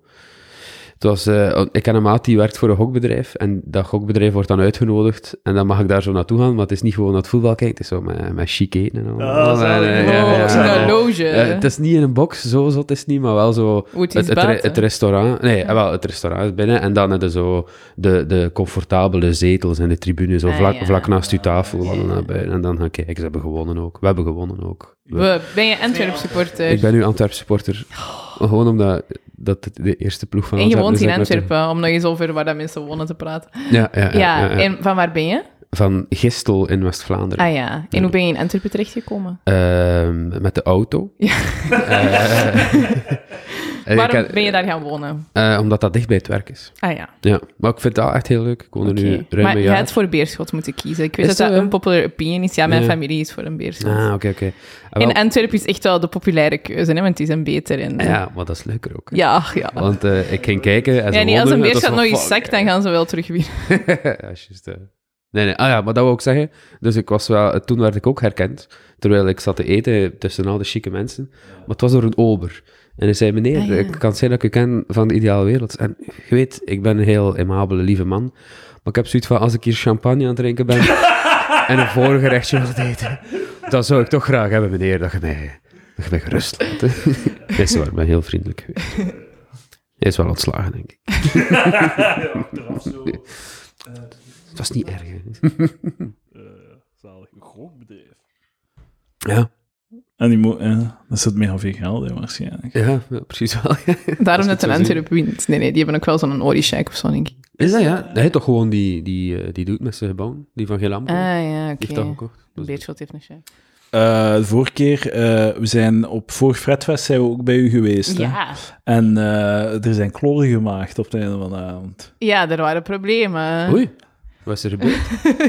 Speaker 3: Het was, uh, ik ken een maat die werkt voor een gokbedrijf, en dat gokbedrijf wordt dan uitgenodigd, en dan mag ik daar zo naartoe gaan, maar het is niet gewoon naar het voetbal kijken, het is zo met, met chic eten en al.
Speaker 1: Ah, zalig.
Speaker 3: En, uh,
Speaker 1: Oh,
Speaker 3: ja, ja,
Speaker 2: in
Speaker 3: ja.
Speaker 2: een loge.
Speaker 3: Uh, het is niet in een box, zo zot is het niet, maar wel zo...
Speaker 2: Hoe het is
Speaker 3: Het, het, re-
Speaker 2: buiten.
Speaker 3: het restaurant, nee, ja. wel, het restaurant is binnen, en dan heb je zo de, de comfortabele zetels en de tribune, zo
Speaker 2: Ah,
Speaker 3: vlak,
Speaker 2: ja.
Speaker 3: vlak naast je tafel,
Speaker 2: Ja.
Speaker 3: en, dan naar buiten, en dan gaan kijken, ze hebben gewonnen ook. We hebben gewonnen ook. We-
Speaker 2: We, ben je Antwerp supporter?
Speaker 3: ik ben nu Antwerp supporter. Gewoon omdat dat het de eerste ploeg van
Speaker 2: En je woont in
Speaker 3: is.
Speaker 2: Antwerpen, om nog eens over waar dat mensen wonen te praten.
Speaker 3: Ja, ja, ja,
Speaker 2: Ja,
Speaker 3: ja, ja.
Speaker 2: en van waar ben je?
Speaker 3: Van Gistel in West-Vlaanderen.
Speaker 2: Ah ja, en hoe ben je in Antwerpen terechtgekomen?
Speaker 3: Ehm, met de auto.
Speaker 2: Ja.
Speaker 3: Eh, en
Speaker 2: Waarom
Speaker 3: ik heb-
Speaker 2: ben je daar gaan wonen?
Speaker 3: eh, omdat dat dicht bij het werk is.
Speaker 2: Ah ja,
Speaker 3: Ja, maar ik vind dat echt heel leuk. Ik woon er
Speaker 2: oké.
Speaker 3: nu ruim
Speaker 2: Maar
Speaker 3: een
Speaker 2: je
Speaker 3: jaar.
Speaker 2: had voor Beerschot moeten kiezen. Ik weet
Speaker 3: Is
Speaker 2: dat dat
Speaker 3: dat, ja?
Speaker 2: een popular opinion is. Ja, mijn
Speaker 3: Ja.
Speaker 2: familie is voor een Beerschot.
Speaker 3: Ah, oké, oké. Ah, wel-
Speaker 2: En Antwerpen is echt wel de populaire keuze, hè, want het is een beter. En,
Speaker 3: Ja, maar dat is leuker ook. hè.
Speaker 2: ja, ja.
Speaker 3: Want eh, ik ging kijken en ze
Speaker 2: Ja, niet als
Speaker 3: wonnen,
Speaker 2: een
Speaker 3: en dat
Speaker 2: Beerschot
Speaker 3: was
Speaker 2: nog
Speaker 3: van,
Speaker 2: eens
Speaker 3: fuck,
Speaker 2: zakt, dan gaan ze wel terug winnen.
Speaker 3: ja, juist. eh. Nee, nee. Ah ja, maar dat wou ik zeggen. Dus ik was wel, toen werd ik ook herkend, terwijl ik zat te eten tussen al de chique mensen. Maar het was door een ober. En hij zei, meneer,
Speaker 2: Ah, ja.
Speaker 3: ik kan zijn dat ik u ken van de ideale wereld. En je weet, ik ben een heel aimabele, lieve man. Maar ik heb zoiets van, als ik hier champagne aan het drinken ben en een voorgerechtje aan het eten, dan zou ik toch graag hebben, meneer, dat je mij, dat je mij gerust laat. hè. Nee, is waar, ik ben heel vriendelijk geweest. Hij is wel ontslagen, denk ik.
Speaker 1: Achteraf zo.
Speaker 3: Het was niet erg, hè.
Speaker 1: Uh, zalig. Een groot bedrijf.
Speaker 3: Ja,
Speaker 1: En die moet... Uh, dat zit mega veel geld in, waarschijnlijk.
Speaker 3: ja, ja, precies wel. ja.
Speaker 2: Daarom
Speaker 3: Als
Speaker 2: dat
Speaker 3: ik
Speaker 2: een
Speaker 3: het zo
Speaker 2: Antwerp wint. Nee, nee, die hebben ook wel zo'n Orishak of zo, denk ik.
Speaker 3: Is dat, ja? Hij heeft toch gewoon die, die, eh, die doet met zijn gebouwen, die van Gelamco.
Speaker 2: Ah ja,
Speaker 3: Die heeft
Speaker 2: oké.
Speaker 3: dat gekocht. Dus-
Speaker 2: Beerschot heeft een shack.
Speaker 1: Uh, de vorige keer, uh, we zijn op vorig Fredfest zijn we ook bij u geweest. Hè?
Speaker 2: Ja.
Speaker 1: En uh, er zijn kloren gemaakt op het einde van de avond.
Speaker 2: Ja, er waren problemen.
Speaker 3: Oei, wat is er gebeurd?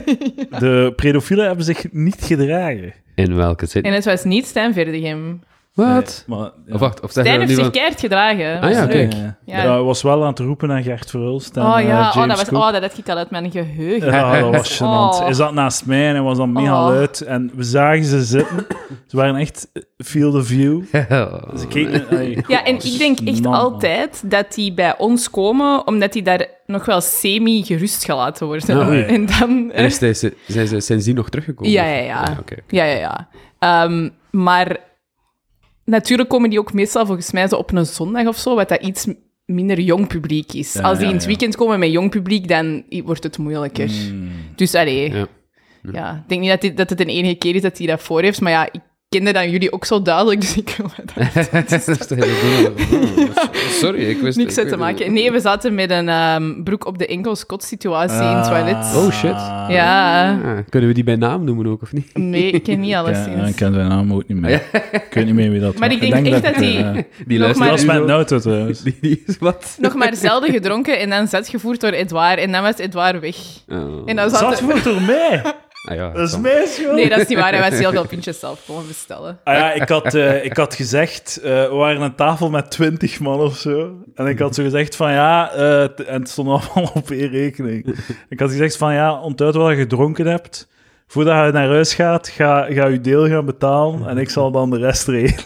Speaker 1: De pedofielen hebben zich niet gedragen.
Speaker 3: In welke zin?
Speaker 2: En het was niet Stijn Verdegem.
Speaker 3: Wat?
Speaker 1: Nee, maar, ja.
Speaker 3: Of wacht, of zeg
Speaker 2: Stijn
Speaker 3: je
Speaker 2: heeft
Speaker 3: nu
Speaker 2: zich
Speaker 3: van...
Speaker 2: keihard gedragen.
Speaker 3: Ah, ja,
Speaker 2: Dat
Speaker 3: oké.
Speaker 2: was leuk.
Speaker 1: Ja.
Speaker 2: Ja.
Speaker 1: Ja, hij was wel aan het roepen naar Gert Verhulst en
Speaker 2: Oh
Speaker 1: eh,
Speaker 2: ja,
Speaker 1: James
Speaker 2: oh, dat was,
Speaker 1: Cook.
Speaker 2: oh, dat had ik al uit mijn geheugen.
Speaker 1: Ja, dat was gênant.
Speaker 2: Oh.
Speaker 1: Hij zat naast mij en hij was dan mega
Speaker 2: Oh.
Speaker 1: luid. En we zagen ze zitten. Ze waren echt field of view. Ze keken... ay,
Speaker 2: Ja, en ik denk echt
Speaker 1: gênant, man.
Speaker 2: altijd dat die bij ons komen, omdat die daar nog wel semi-gerust gelaten worden.
Speaker 3: Ah,
Speaker 1: oei.
Speaker 2: En dan...
Speaker 3: En is deze, zijn ze sindsdien nog teruggekomen?
Speaker 2: Ja, ja, ja.
Speaker 3: Ah, oké, oké.
Speaker 2: Ja, ja, ja. Ehm, maar natuurlijk komen die ook meestal volgens mij zo op een zondag of zo, wat dat iets minder jong publiek is.
Speaker 1: Ja,
Speaker 2: Als die
Speaker 1: ja,
Speaker 2: in het
Speaker 1: ja.
Speaker 2: weekend komen met jong publiek, dan wordt het moeilijker.
Speaker 1: Mm.
Speaker 2: Dus allee,
Speaker 3: Ja.
Speaker 2: ja. ik denk niet dat, dit, dat het de enige keer is dat hij dat voor heeft, maar ja, ik kende dan jullie ook zo duidelijk, dus ik wil dat
Speaker 3: Dat is de hele bedoeling. Sorry, ik wist
Speaker 2: niks
Speaker 3: ik
Speaker 2: uit te
Speaker 3: weet-
Speaker 2: maken. Nee, we zaten met een ehm, broek op de enkels kot situatie in het toilet.
Speaker 3: Oh, shit.
Speaker 2: Ja,
Speaker 3: Ah, kunnen we die bij naam noemen ook, of niet?
Speaker 2: nee, ik ken niet
Speaker 1: Ja,
Speaker 2: alleszins.
Speaker 1: ik ken zijn naam ook niet meer. Ik weet niet meer wie dat
Speaker 2: Maar
Speaker 1: was.
Speaker 2: ik denk echt dat die-
Speaker 1: eh,
Speaker 3: Die
Speaker 2: Nog
Speaker 3: luistert
Speaker 2: maar-
Speaker 1: dat was
Speaker 3: nu
Speaker 1: met
Speaker 3: zo.
Speaker 1: een auto trouwens.
Speaker 3: Die, die is wat?
Speaker 2: Nog maar zelden gedronken en dan zetgevoerd door Edouard. En dan was Edouard weg.
Speaker 3: Oh.
Speaker 2: En dan
Speaker 1: Zat
Speaker 2: zaten...
Speaker 1: voor door mij.
Speaker 3: Ah, ja,
Speaker 1: Dat is
Speaker 3: kan.
Speaker 1: mijn schuld.
Speaker 2: Nee, dat is niet waar. Hij was heel veel pintjes zelf komen bestellen.
Speaker 1: Ah ja, ik had, eh, ik had gezegd, eh, we waren een tafel met twintig man of zo. En ik had zo gezegd van ja, eh, t- en het stond allemaal op één rekening. Ik had gezegd van ja, onthoud wat je gedronken hebt. Voordat je naar huis gaat, ga, ga je deel gaan betalen en ik zal dan de rest regelen.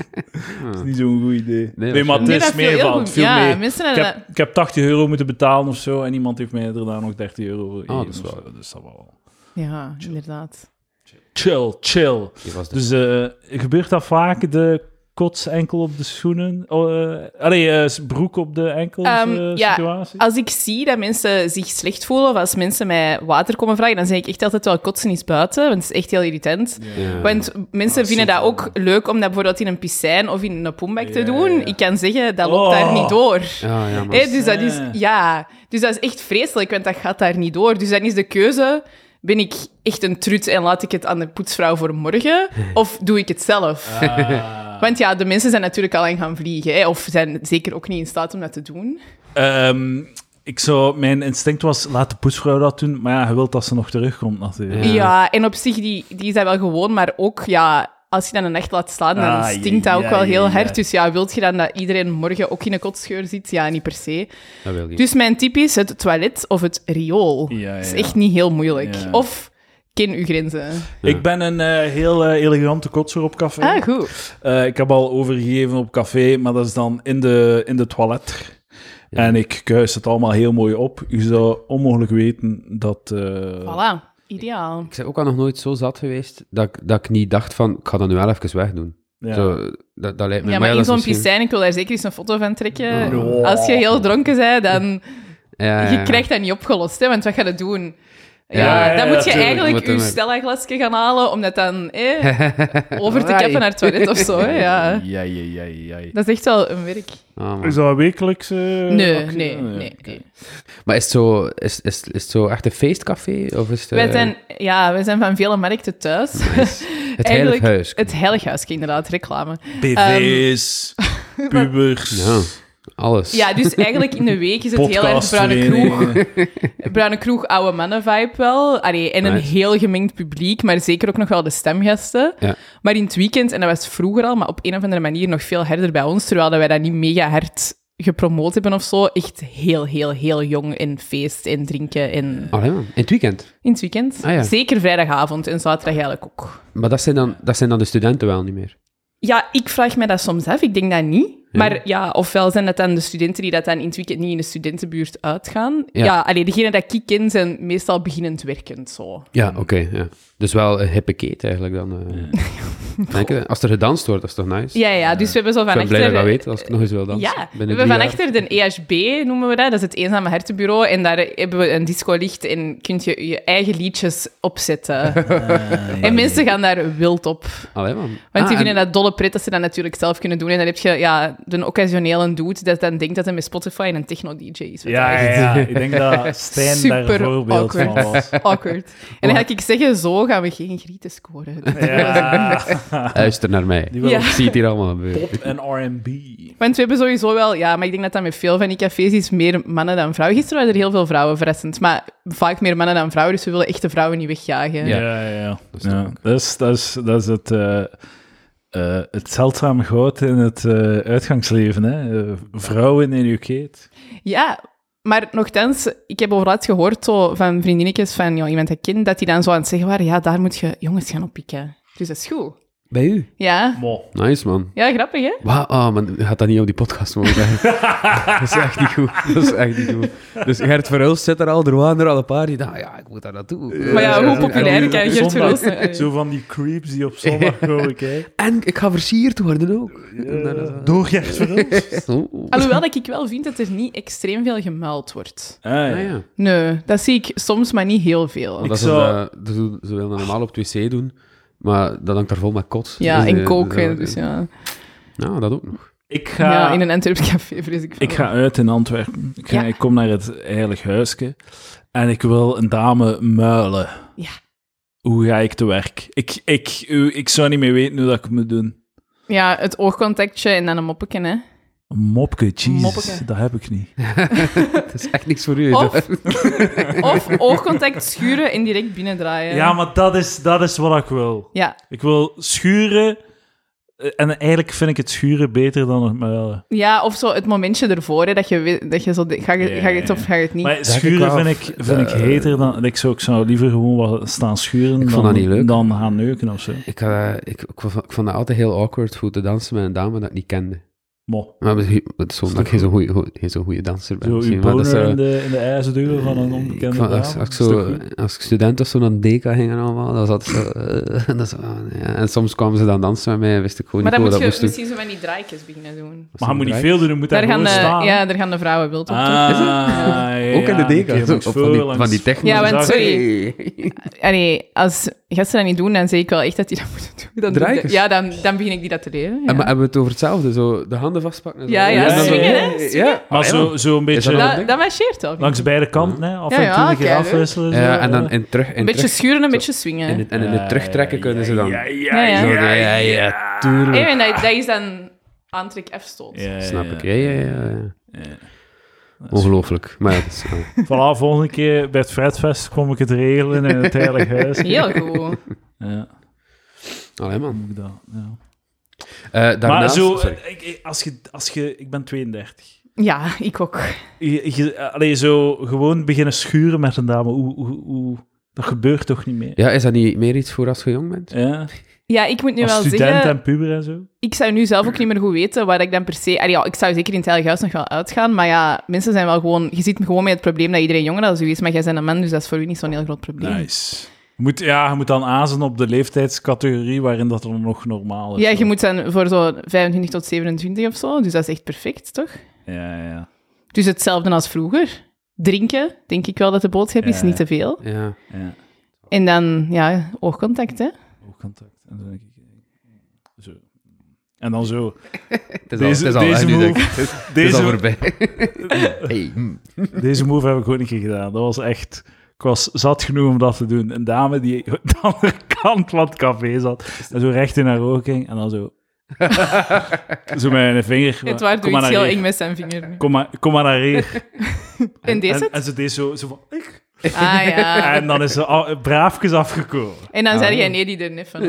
Speaker 1: Dat is niet zo'n goed idee.
Speaker 3: Nee,
Speaker 1: Nee, maar het
Speaker 2: Nee,
Speaker 1: is
Speaker 2: dat viel heel
Speaker 1: meevallend.
Speaker 2: goed.
Speaker 1: Veel
Speaker 2: Ja,
Speaker 1: mee.
Speaker 2: mensen
Speaker 1: Ik
Speaker 2: hebben
Speaker 1: heb, ik heb tachtig euro moeten betalen of zo en iemand heeft mij er daar nog dertig euro voor gegeven.
Speaker 3: dat is
Speaker 1: of
Speaker 3: wel-
Speaker 1: zo. Dus dat wel.
Speaker 2: dat- Ja, inderdaad.
Speaker 1: Chill, chill.
Speaker 3: Die was de-
Speaker 1: Dus eh, gebeurt dat vaak, de kots enkel op de schoenen? Oh, eh, allee, eh, broek op de enkels
Speaker 2: Ehm,
Speaker 1: eh,
Speaker 2: ja,
Speaker 1: situatie?
Speaker 2: Als ik zie dat mensen zich slecht voelen of als mensen mij water komen vragen, dan zeg ik echt altijd wel kotsen is buiten, want het is echt heel irritant.
Speaker 3: Ja.
Speaker 2: Want mensen
Speaker 1: Ah,
Speaker 2: vinden
Speaker 1: zo
Speaker 2: dat
Speaker 1: van.
Speaker 2: ook leuk om dat bijvoorbeeld in een piscijn of in een poembak te
Speaker 1: Ja,
Speaker 2: doen.
Speaker 1: ja.
Speaker 2: Ik kan zeggen, dat loopt
Speaker 1: Oh.
Speaker 2: daar niet door.
Speaker 3: Ja, ja, maar...
Speaker 2: Hé, dus, dat is,
Speaker 1: Eh.
Speaker 2: ja, dus dat is echt vreselijk, want dat gaat daar niet door. Dus dan is de keuze, ben ik echt een trut en laat ik het aan de poetsvrouw voor morgen? Of doe ik het zelf?
Speaker 1: Ah.
Speaker 2: Want ja, de mensen zijn natuurlijk al lang gaan vliegen, hè, of zijn zeker ook niet in staat om dat te doen.
Speaker 1: Ehm, ik zou, mijn instinct was, laat de poetsvrouw dat doen. Maar ja, je wilt dat ze nog terugkomt natuurlijk.
Speaker 3: Ja.
Speaker 2: Ja, en op zich, die, die is dat wel gewoon, maar ook, ja, als je dan een nacht laat slaan, dan
Speaker 1: Ah,
Speaker 2: stinkt
Speaker 1: ja,
Speaker 2: dat ook wel
Speaker 1: ja,
Speaker 2: heel
Speaker 1: ja.
Speaker 2: hard. Dus ja, wilt je dan dat iedereen morgen ook in een kotscheur zit? Ja, niet per se.
Speaker 3: Dat wil je.
Speaker 2: Dus mijn tip is het toilet of het riool.
Speaker 1: Ja, ja,
Speaker 2: Dat is
Speaker 1: ja.
Speaker 2: echt niet heel moeilijk.
Speaker 1: Ja.
Speaker 2: Of ken uw grenzen.
Speaker 1: Ik ben een eh, heel eh, elegante kotser op café.
Speaker 2: Ah, goed.
Speaker 1: Eh, ik heb al overgegeven op café, maar dat is dan in de, in de toilet.
Speaker 3: Ja.
Speaker 1: En ik kuis het allemaal heel mooi op. U zou onmogelijk weten dat... eh,
Speaker 2: Voilà. Ideaal.
Speaker 3: Ik ben ook al nog nooit zo zat geweest dat ik, dat ik niet dacht van, ik ga dat nu wel even wegdoen.
Speaker 1: ja.
Speaker 3: Zo, dat, dat lijkt me...
Speaker 2: Ja, maar
Speaker 3: ja,
Speaker 2: in
Speaker 3: dat is
Speaker 2: zo'n
Speaker 3: misschien-
Speaker 2: piscijn, ik wil daar zeker eens een foto van trekken.
Speaker 1: Oh.
Speaker 2: Als je heel dronken bent, dan...
Speaker 3: Ja, ja,
Speaker 2: Je
Speaker 3: ja.
Speaker 2: krijgt dat niet opgelost, hè, want wat ga je doen? Ja,
Speaker 3: Ja,
Speaker 1: ja,
Speaker 2: dan
Speaker 1: ja,
Speaker 2: moet je
Speaker 1: tuurlijk.
Speaker 2: eigenlijk
Speaker 3: Moet
Speaker 2: je
Speaker 3: hem-
Speaker 2: Stella-glasje gaan halen om dat dan eh, over te
Speaker 3: Right.
Speaker 2: kappen naar het toilet of zo. Hè, ja.
Speaker 1: Ja, ja, ja, ja.
Speaker 2: Dat is echt wel een werk.
Speaker 3: Ah, man.
Speaker 1: Is dat wekelijks? eh,
Speaker 2: Nee,
Speaker 1: actie?
Speaker 2: nee,
Speaker 1: Ah, ja,
Speaker 2: nee.
Speaker 1: oké.
Speaker 2: nee.
Speaker 3: Maar is het, zo, is, is, is het zo echt een feestcafé? Of is het,
Speaker 2: Wij,
Speaker 3: eh,
Speaker 2: zijn, ja, wij zijn van vele markten thuis.
Speaker 3: nice. Het
Speaker 2: Eigenlijk
Speaker 3: Heilig Huis?
Speaker 2: Het Heilighuis, inderdaad, reclame.
Speaker 1: B V's, pubers,
Speaker 3: Ja, alles.
Speaker 2: Ja, dus eigenlijk in de week is het heel erg bruine kroeg.
Speaker 1: podcastverenigingen.
Speaker 2: Bruine kroeg, oude mannen-vibe wel. Allee, en een
Speaker 3: Nice.
Speaker 2: heel gemengd publiek, maar zeker ook nog wel de stemgasten.
Speaker 3: Ja.
Speaker 2: Maar in het weekend, en dat was vroeger al, maar op een of andere manier nog veel harder bij ons, terwijl dat wij dat niet mega hard gepromoot hebben of zo. Echt heel, heel, heel jong en feest en drinken. En...
Speaker 3: Allee, man. In het weekend?
Speaker 2: In het weekend.
Speaker 3: Ah, ja.
Speaker 2: Zeker vrijdagavond en zaterdag eigenlijk ook.
Speaker 3: Maar dat zijn, dan, dat zijn dan de studenten wel niet meer?
Speaker 2: Ja, ik vraag me dat soms af. Ik denk dat niet.
Speaker 3: Ja.
Speaker 2: Maar ja, ofwel zijn dat dan de studenten die dat dan in het weekend niet in de studentenbuurt uitgaan.
Speaker 3: Ja.
Speaker 2: Ja, allee, degene dat ik ken zijn meestal beginnend werkend, zo.
Speaker 3: Ja, oké. ja. Dus wel een hippe keet eigenlijk dan. eh. Denk je? Als er gedanst wordt, dat is toch nice?
Speaker 2: Ja, ja, dus we hebben zo
Speaker 3: Ik
Speaker 2: van
Speaker 3: ben blij dat ik
Speaker 2: achter...
Speaker 3: dat weet, als ik nog eens wil dansen.
Speaker 2: Ja, we
Speaker 3: Binnen
Speaker 2: hebben van
Speaker 3: drie jaar.
Speaker 2: achter de E H B, noemen we dat. Dat is het Eenzame Hartenbureau. En daar hebben we een discolicht en kun je je eigen liedjes opzetten. En mensen gaan daar wild op.
Speaker 3: Allee, man.
Speaker 2: Want
Speaker 3: Ah,
Speaker 2: die
Speaker 3: en-
Speaker 2: vinden dat dolle pret dat ze dat natuurlijk zelf kunnen doen. En dan heb je ja, de occasionele dude dat dan denkt dat hij met Spotify een techno-D J is. Wat
Speaker 1: Ja,
Speaker 2: echt
Speaker 1: ja, ja, ik denk dat Stijn
Speaker 2: Super
Speaker 1: daar een voorbeeld van
Speaker 2: awkward.
Speaker 1: was.
Speaker 2: awkward. En dan ga ik zeggen, zo gaan we geen grieten scoren.
Speaker 1: Ja,
Speaker 3: Luister naar mij.
Speaker 1: die wil
Speaker 2: Ja.
Speaker 3: Ik zie het hier allemaal gebeuren.
Speaker 1: pop en R en B.
Speaker 2: Want we hebben sowieso wel, ja, maar ik denk dat dat met veel van die cafés is meer mannen dan vrouwen. Gisteren waren er heel veel vrouwen, verrassend. Maar vaak meer mannen dan vrouwen, dus we willen echte vrouwen niet wegjagen.
Speaker 3: Ja.
Speaker 1: Ja, ja, ja.
Speaker 3: Dat is
Speaker 1: ja.
Speaker 3: toch ook.
Speaker 1: Dat, is, dat, is, dat is het... eh, uh, het zeldzame goud in het uh, uitgangsleven. Hè? Uh, vrouwen in uw keet.
Speaker 2: Ja, maar nogthans, ik heb over laatst gehoord zo, van vriendinnetjes van ja, iemand dat ik ken, dat die dan zo aan het zeggen waren, ja, daar moet je jongens gaan oppikken. Dus dat is goed.
Speaker 3: Bij u?
Speaker 2: Ja.
Speaker 1: Mo.
Speaker 3: Nice, man.
Speaker 2: Ja, grappig, hè?
Speaker 3: Wauw, oh, man, je gaat dat niet op die podcast mogen zeggen. Dat is echt niet goed. Dat is echt niet goed. Dus Gert Verhulst zit er al, er waren er al een paar die dachten, ja, ik moet daar naartoe.
Speaker 2: Maar ja, hoe
Speaker 3: en,
Speaker 2: populair kan Gert Verhulst zijn?
Speaker 1: Zo van die creeps die op zondag komen kijken.
Speaker 3: En ik ga versierd worden ook.
Speaker 1: Uh, door Gert Verhulst.
Speaker 3: Oh.
Speaker 2: Alhoewel dat ik wel vind dat er niet extreem veel gemuild wordt.
Speaker 1: Ah, ja.
Speaker 3: Ah, ja.
Speaker 2: Nee, dat zie ik soms, maar niet heel veel.
Speaker 3: Want dat
Speaker 1: Ik
Speaker 3: ze,
Speaker 1: zou-
Speaker 3: dat- ze, ze willen dat normaal op het wc doen, maar dat hangt daar vol met kots.
Speaker 2: Ja,
Speaker 3: Dus,
Speaker 2: en
Speaker 3: eh,
Speaker 2: koken,
Speaker 3: dat-
Speaker 2: dus ja.
Speaker 3: Ja, dat ook nog.
Speaker 1: Ik ga...
Speaker 2: Ja, in een Antwerps café, vrees ik van.
Speaker 1: Ik ga uit in Antwerpen. Ik, ga,
Speaker 2: Ja.
Speaker 1: ik kom naar het heilig huisje en ik wil een dame muilen.
Speaker 2: Ja.
Speaker 1: Hoe ga ik te werk? Ik, ik, u- ik zou niet meer weten hoe dat ik het moet doen.
Speaker 2: Ja, het oogcontactje en dan een moppeken, hè.
Speaker 1: Een mopke, jezus,
Speaker 2: Moppeke.
Speaker 1: dat heb ik niet.
Speaker 3: Het is echt niks voor u.
Speaker 2: Of, of oogcontact schuren en direct binnendraaien.
Speaker 1: Ja, maar dat is, dat is wat ik wil.
Speaker 2: Ja,
Speaker 1: Ik wil schuren eh, en eigenlijk vind ik het schuren beter dan het muilen.
Speaker 2: ja, of zo het momentje ervoor, hè, dat je, weet- dat je zo... de- Ga je,
Speaker 1: Ja,
Speaker 2: ga je het
Speaker 1: ja.
Speaker 2: of ga je het niet?
Speaker 1: Maar
Speaker 3: ik
Speaker 1: schuren
Speaker 3: wel.
Speaker 1: vind ik, vind ik
Speaker 3: Eh,
Speaker 1: heter dan... Ik zou, ik zou liever gewoon wat staan schuren
Speaker 3: Ik
Speaker 1: dan,
Speaker 3: vond dat niet leuk.
Speaker 1: dan gaan neuken of zo.
Speaker 3: Ik, uh, ik, ik, vond- ik vond het altijd heel awkward voor te dansen met een dame dat ik niet kende.
Speaker 1: Mo.
Speaker 3: Maar misschien- het is zo omdat ik geen zo'n goeie- geen zo'n goede danser ben.
Speaker 1: Zo
Speaker 3: misschien,
Speaker 1: uw
Speaker 3: maar dat is,
Speaker 1: boner
Speaker 3: eh,
Speaker 1: in de, in de ijzerduur van een onbekende
Speaker 3: ik vond-
Speaker 1: dame.
Speaker 3: als, als, ik
Speaker 1: Is dat
Speaker 3: zo,
Speaker 1: goed?
Speaker 3: als ik student was, zo naar de deka ging en allemaal, dan zat zo, eh, dat is zo, ja. En soms kwamen ze dan dansen met mij en wist ik gewoon
Speaker 2: Maar
Speaker 3: niet
Speaker 2: dan
Speaker 3: hoe
Speaker 2: moet
Speaker 3: dat
Speaker 2: je
Speaker 3: moest doen.
Speaker 2: misschien zo van die draaitjes beginnen doen.
Speaker 1: Maar je moet niet veel doen, je moet daar,
Speaker 2: Daar gaan,
Speaker 1: gewoon
Speaker 2: de,
Speaker 1: staan.
Speaker 2: ja, daar gaan de vrouwen wild op, toch?
Speaker 1: Ah,
Speaker 3: Is het?
Speaker 1: ja, ja,
Speaker 3: Ook in de deka,
Speaker 1: een keer
Speaker 3: zo,
Speaker 1: langs
Speaker 3: of van
Speaker 1: voor,
Speaker 3: die,
Speaker 1: langs-
Speaker 3: van die techno.
Speaker 2: Ja, want
Speaker 1: Zag-
Speaker 2: sorry.
Speaker 3: Hey.
Speaker 2: Allee, als gasten dat niet doen, dan zeg ik wel echt dat die dat moeten doen. Dan doe ik
Speaker 3: Draaikers?
Speaker 2: dat- ja, dan, dan begin ik die dat te leren. Ja,
Speaker 3: En maar hebben we het over hetzelfde? Zo de handen vastpakken? En zo.
Speaker 2: ja, ja,
Speaker 1: Ja, ja,
Speaker 2: swingen,
Speaker 1: ja.
Speaker 2: hè? Swingen.
Speaker 3: Ja,
Speaker 1: Maar
Speaker 3: ah, ja.
Speaker 1: zo, zo een beetje
Speaker 3: dat
Speaker 2: Dat,
Speaker 3: ding?
Speaker 2: dat marcheert wel.
Speaker 1: langs beide kanten, hè. Af
Speaker 2: Ja,
Speaker 1: en toe
Speaker 2: ja,
Speaker 1: een keer
Speaker 2: kei leuk.
Speaker 1: afwisselen. zo,
Speaker 3: Ja, en dan
Speaker 1: ja.
Speaker 3: in terug... In
Speaker 2: Een beetje
Speaker 3: terug,
Speaker 2: schuren, een beetje swingen.
Speaker 3: en, in- en in het terugtrekken kunnen ze dan...
Speaker 1: Ja,
Speaker 2: Ja,
Speaker 1: ja,
Speaker 2: ja.
Speaker 3: Zo,
Speaker 1: ja,
Speaker 3: ja, ja, tuurlijk.
Speaker 2: Hey, en dat, dat is dan aantrek-afstoot.
Speaker 1: Ja, ja,
Speaker 3: Snap
Speaker 1: ja.
Speaker 3: ik. Ja, ja, ja. ja.
Speaker 1: Ja.
Speaker 3: Ongelooflijk. Maar ja, dat is... ja.
Speaker 1: Voilà, volgende keer bij het Fredfest kom ik het regelen in het heilig huis.
Speaker 2: Heel goed.
Speaker 1: Ja,
Speaker 3: Allee, man.
Speaker 1: moet ik dat, ja.
Speaker 3: Eh, daarnaast...
Speaker 1: Maar zo,
Speaker 3: sorry.
Speaker 1: eh, ik, ik- als je, als je, ik ben tweeëndertig.
Speaker 2: Ja, ik ook.
Speaker 1: Je, je, allee, zo gewoon beginnen schuren met een dame, hoe, hoe, hoe, dat gebeurt toch niet meer?
Speaker 3: Ja, is dat niet meer iets voor als je jong bent?
Speaker 1: Ja?
Speaker 2: Ja, ik moet nu
Speaker 1: Als
Speaker 2: wel
Speaker 1: student
Speaker 2: zeggen...
Speaker 1: en puber en zo?
Speaker 2: Ik zou nu zelf ook niet meer goed weten waar ik dan per se... Allee, ja, ik zou zeker in het Heilig Huis nog wel uitgaan, maar ja, mensen zijn wel gewoon... Je zit gewoon met het probleem dat iedereen jonger als u is, maar jij bent een man, dus dat is voor u niet zo'n heel groot probleem.
Speaker 1: Nice. Je moet, ja, je moet dan aanzetten op de leeftijdscategorie waarin dat dan nog normaal is.
Speaker 2: Ja,
Speaker 1: zo.
Speaker 2: je moet dan voor zo vijfentwintig tot zevenentwintig of zo, dus dat is echt perfect, toch?
Speaker 1: Ja, ja.
Speaker 2: Dus hetzelfde als vroeger. Drinken, denk ik wel dat de boodschap is,
Speaker 1: Ja.
Speaker 2: niet te veel.
Speaker 3: Ja.
Speaker 1: ja.
Speaker 2: En dan, ja, oogcontact, hè.
Speaker 1: Oogcontact. En dan denk ik... Zo. En dan zo.
Speaker 3: Het is
Speaker 1: Deze-
Speaker 3: al, het is al
Speaker 1: deze
Speaker 3: hè, nu,
Speaker 1: move-
Speaker 3: denk ik. Het is- het is
Speaker 1: deze-
Speaker 3: al voorbij. Hey, hm.
Speaker 1: Deze move heb ik ook niet gedaan. Dat was echt... Ik was zat genoeg om dat te doen. Een dame die aan de andere kant van het café zat en zo recht in haar oog ging en dan zo... zo met een vinger.
Speaker 2: Het waar
Speaker 1: kom
Speaker 2: doe
Speaker 1: maar
Speaker 2: iets
Speaker 1: naar
Speaker 2: heel
Speaker 1: hier.
Speaker 2: eng met zijn vinger. nu.
Speaker 1: Kom maar, kom maar naar hier.
Speaker 2: En deze
Speaker 1: En,
Speaker 2: het?
Speaker 1: en ze deed zo, zo van... Ik.
Speaker 2: Ah, ja.
Speaker 1: En dan is ze al, braafjes afgekomen.
Speaker 2: En dan
Speaker 3: Ah.
Speaker 2: zei jij, nee, die er net van.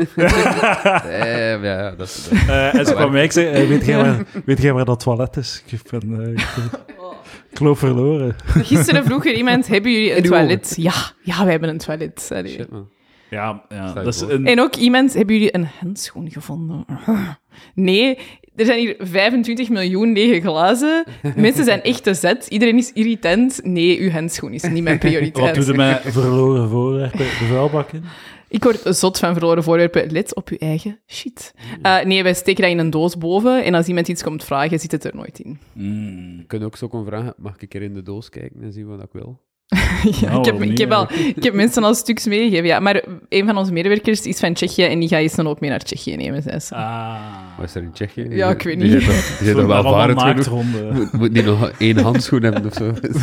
Speaker 3: Eh, ja, dat is... dat-
Speaker 1: Eh, en ze kwam mij ik zei, eh, weet jij waar, weet jij waar dat toilet is? Ik ben... eh, ik, ik loop verloren.
Speaker 2: Gisteren vroeg er iemand, hebben jullie een
Speaker 3: In uw
Speaker 2: toilet? Ja, ja, we hebben een toilet. Allee.
Speaker 3: Shit, man.
Speaker 1: Ja, ja
Speaker 3: Stel je
Speaker 1: dat is
Speaker 3: voor.
Speaker 1: een...
Speaker 2: En ook iemand, hebben jullie een handschoen gevonden? Nee, er zijn hier vijfentwintig miljoen lege glazen. Mensen zijn echt te zet. Iedereen is irritant. Nee, uw handschoen is niet mijn
Speaker 1: Wat
Speaker 2: prioriteit.
Speaker 1: doe je met verloren voorwerpen? De vuilbak in?
Speaker 2: Ik word zot van verloren voorwerpen. Let op uw eigen shit. Uh, nee, wij steken dat in een doos boven. En als iemand iets komt vragen, zit het er nooit in.
Speaker 1: Mm.
Speaker 3: Je kunt ook zo kunnen vragen, mag ik een keer in de doos kijken en zien wat ik wil?
Speaker 2: Ja,
Speaker 1: Nou,
Speaker 2: ik, heb,
Speaker 1: waarom
Speaker 2: ik, heb
Speaker 1: niet,
Speaker 2: al, ik heb mensen al stuks meegegeven. Ja. Maar een van onze medewerkers is van Tsjechië en die gaat je dan ook mee naar Tsjechië nemen, zei ze.
Speaker 1: Ah.
Speaker 3: Wat is er in Tsjechië?
Speaker 2: Ja, ik weet
Speaker 3: Die
Speaker 2: niet.
Speaker 3: zijn toch- Die zijn toch wel
Speaker 1: Allemaal
Speaker 3: varend genoeg?
Speaker 1: naaktronde.
Speaker 3: Moet, moet die nog één handschoen hebben of zo? Het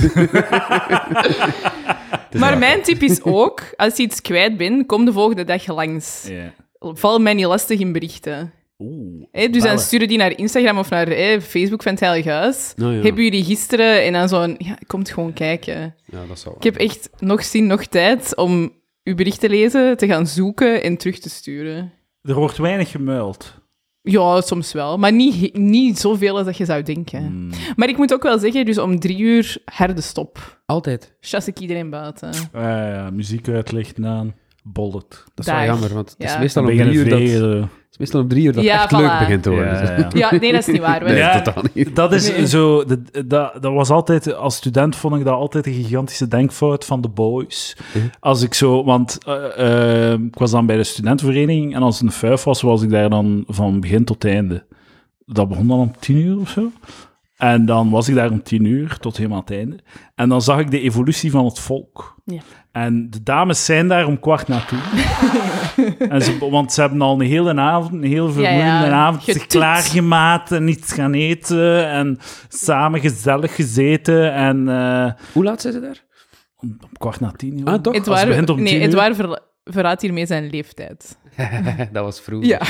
Speaker 3: is
Speaker 2: Maar
Speaker 3: wel-
Speaker 2: mijn tip is ook, als je iets kwijt bent, kom de volgende dag langs.
Speaker 1: Ja.
Speaker 2: Val mij niet lastig in berichten.
Speaker 1: Oeh.
Speaker 2: Hè, dus dan
Speaker 1: bellen.
Speaker 2: sturen die naar Instagram of naar hè, Facebook van het Heilig Huis.
Speaker 3: Nou ja.
Speaker 2: Hebben jullie gisteren en dan zo'n... Ja, komt gewoon kijken.
Speaker 3: Ja, dat zou
Speaker 2: Ik heb echt nog zin, nog tijd om uw bericht te lezen, te gaan zoeken en terug te sturen.
Speaker 1: Er wordt weinig gemuild.
Speaker 2: Ja, soms wel. Maar niet, niet zoveel als dat je zou denken.
Speaker 1: Hmm.
Speaker 2: Maar ik moet ook wel zeggen, dus om drie uur harde stop.
Speaker 3: Altijd.
Speaker 2: Chas ik iedereen buiten.
Speaker 1: Ja, ja, muziek uitlichten aan, bollet.
Speaker 3: Dat is
Speaker 2: Dag.
Speaker 3: wel jammer, want het is
Speaker 2: Ja.
Speaker 3: meestal
Speaker 1: Dan
Speaker 3: om
Speaker 1: begin je
Speaker 3: drie uur dat...
Speaker 1: vrede.
Speaker 3: Het is meestal om drie uur dat
Speaker 2: Ja,
Speaker 3: het echt
Speaker 2: voilà.
Speaker 3: leuk begint te worden.
Speaker 1: Ja, ja.
Speaker 2: Ja, nee, dat is niet waar.
Speaker 3: Nee,
Speaker 2: Wij-
Speaker 1: Ja.
Speaker 3: totaal niet.
Speaker 1: Dat is
Speaker 2: Nee.
Speaker 1: zo... Dat, dat, dat was altijd... Als student vond ik dat altijd een gigantische denkfout van de boys.
Speaker 3: Mhm.
Speaker 1: Als ik zo... Want uh, uh, ik was dan bij de studentenvereniging en als het een vijf was, was ik daar dan van begin tot einde. Dat begon dan om tien uur of zo. En dan was ik daar om tien uur tot helemaal het einde. En dan zag ik de evolutie van het volk.
Speaker 2: Ja.
Speaker 1: En de dames zijn daar om kwart na toe. en ze, want ze hebben al een hele avond, een hele vermoeiende
Speaker 2: Ja, ja.
Speaker 1: avond, zich
Speaker 2: Getut.
Speaker 1: klaargemaakt en iets gaan eten en samen gezellig gezeten. En uh,
Speaker 3: Hoe laat zijn ze daar?
Speaker 1: om, om kwart na tien uur.
Speaker 3: Ah, toch?
Speaker 1: Als het
Speaker 2: Edouard,
Speaker 1: begint om
Speaker 2: nee,
Speaker 1: tien uur.
Speaker 2: Edouard ver, verraadt hiermee zijn leeftijd.
Speaker 3: Dat was vroeger.
Speaker 2: Ja,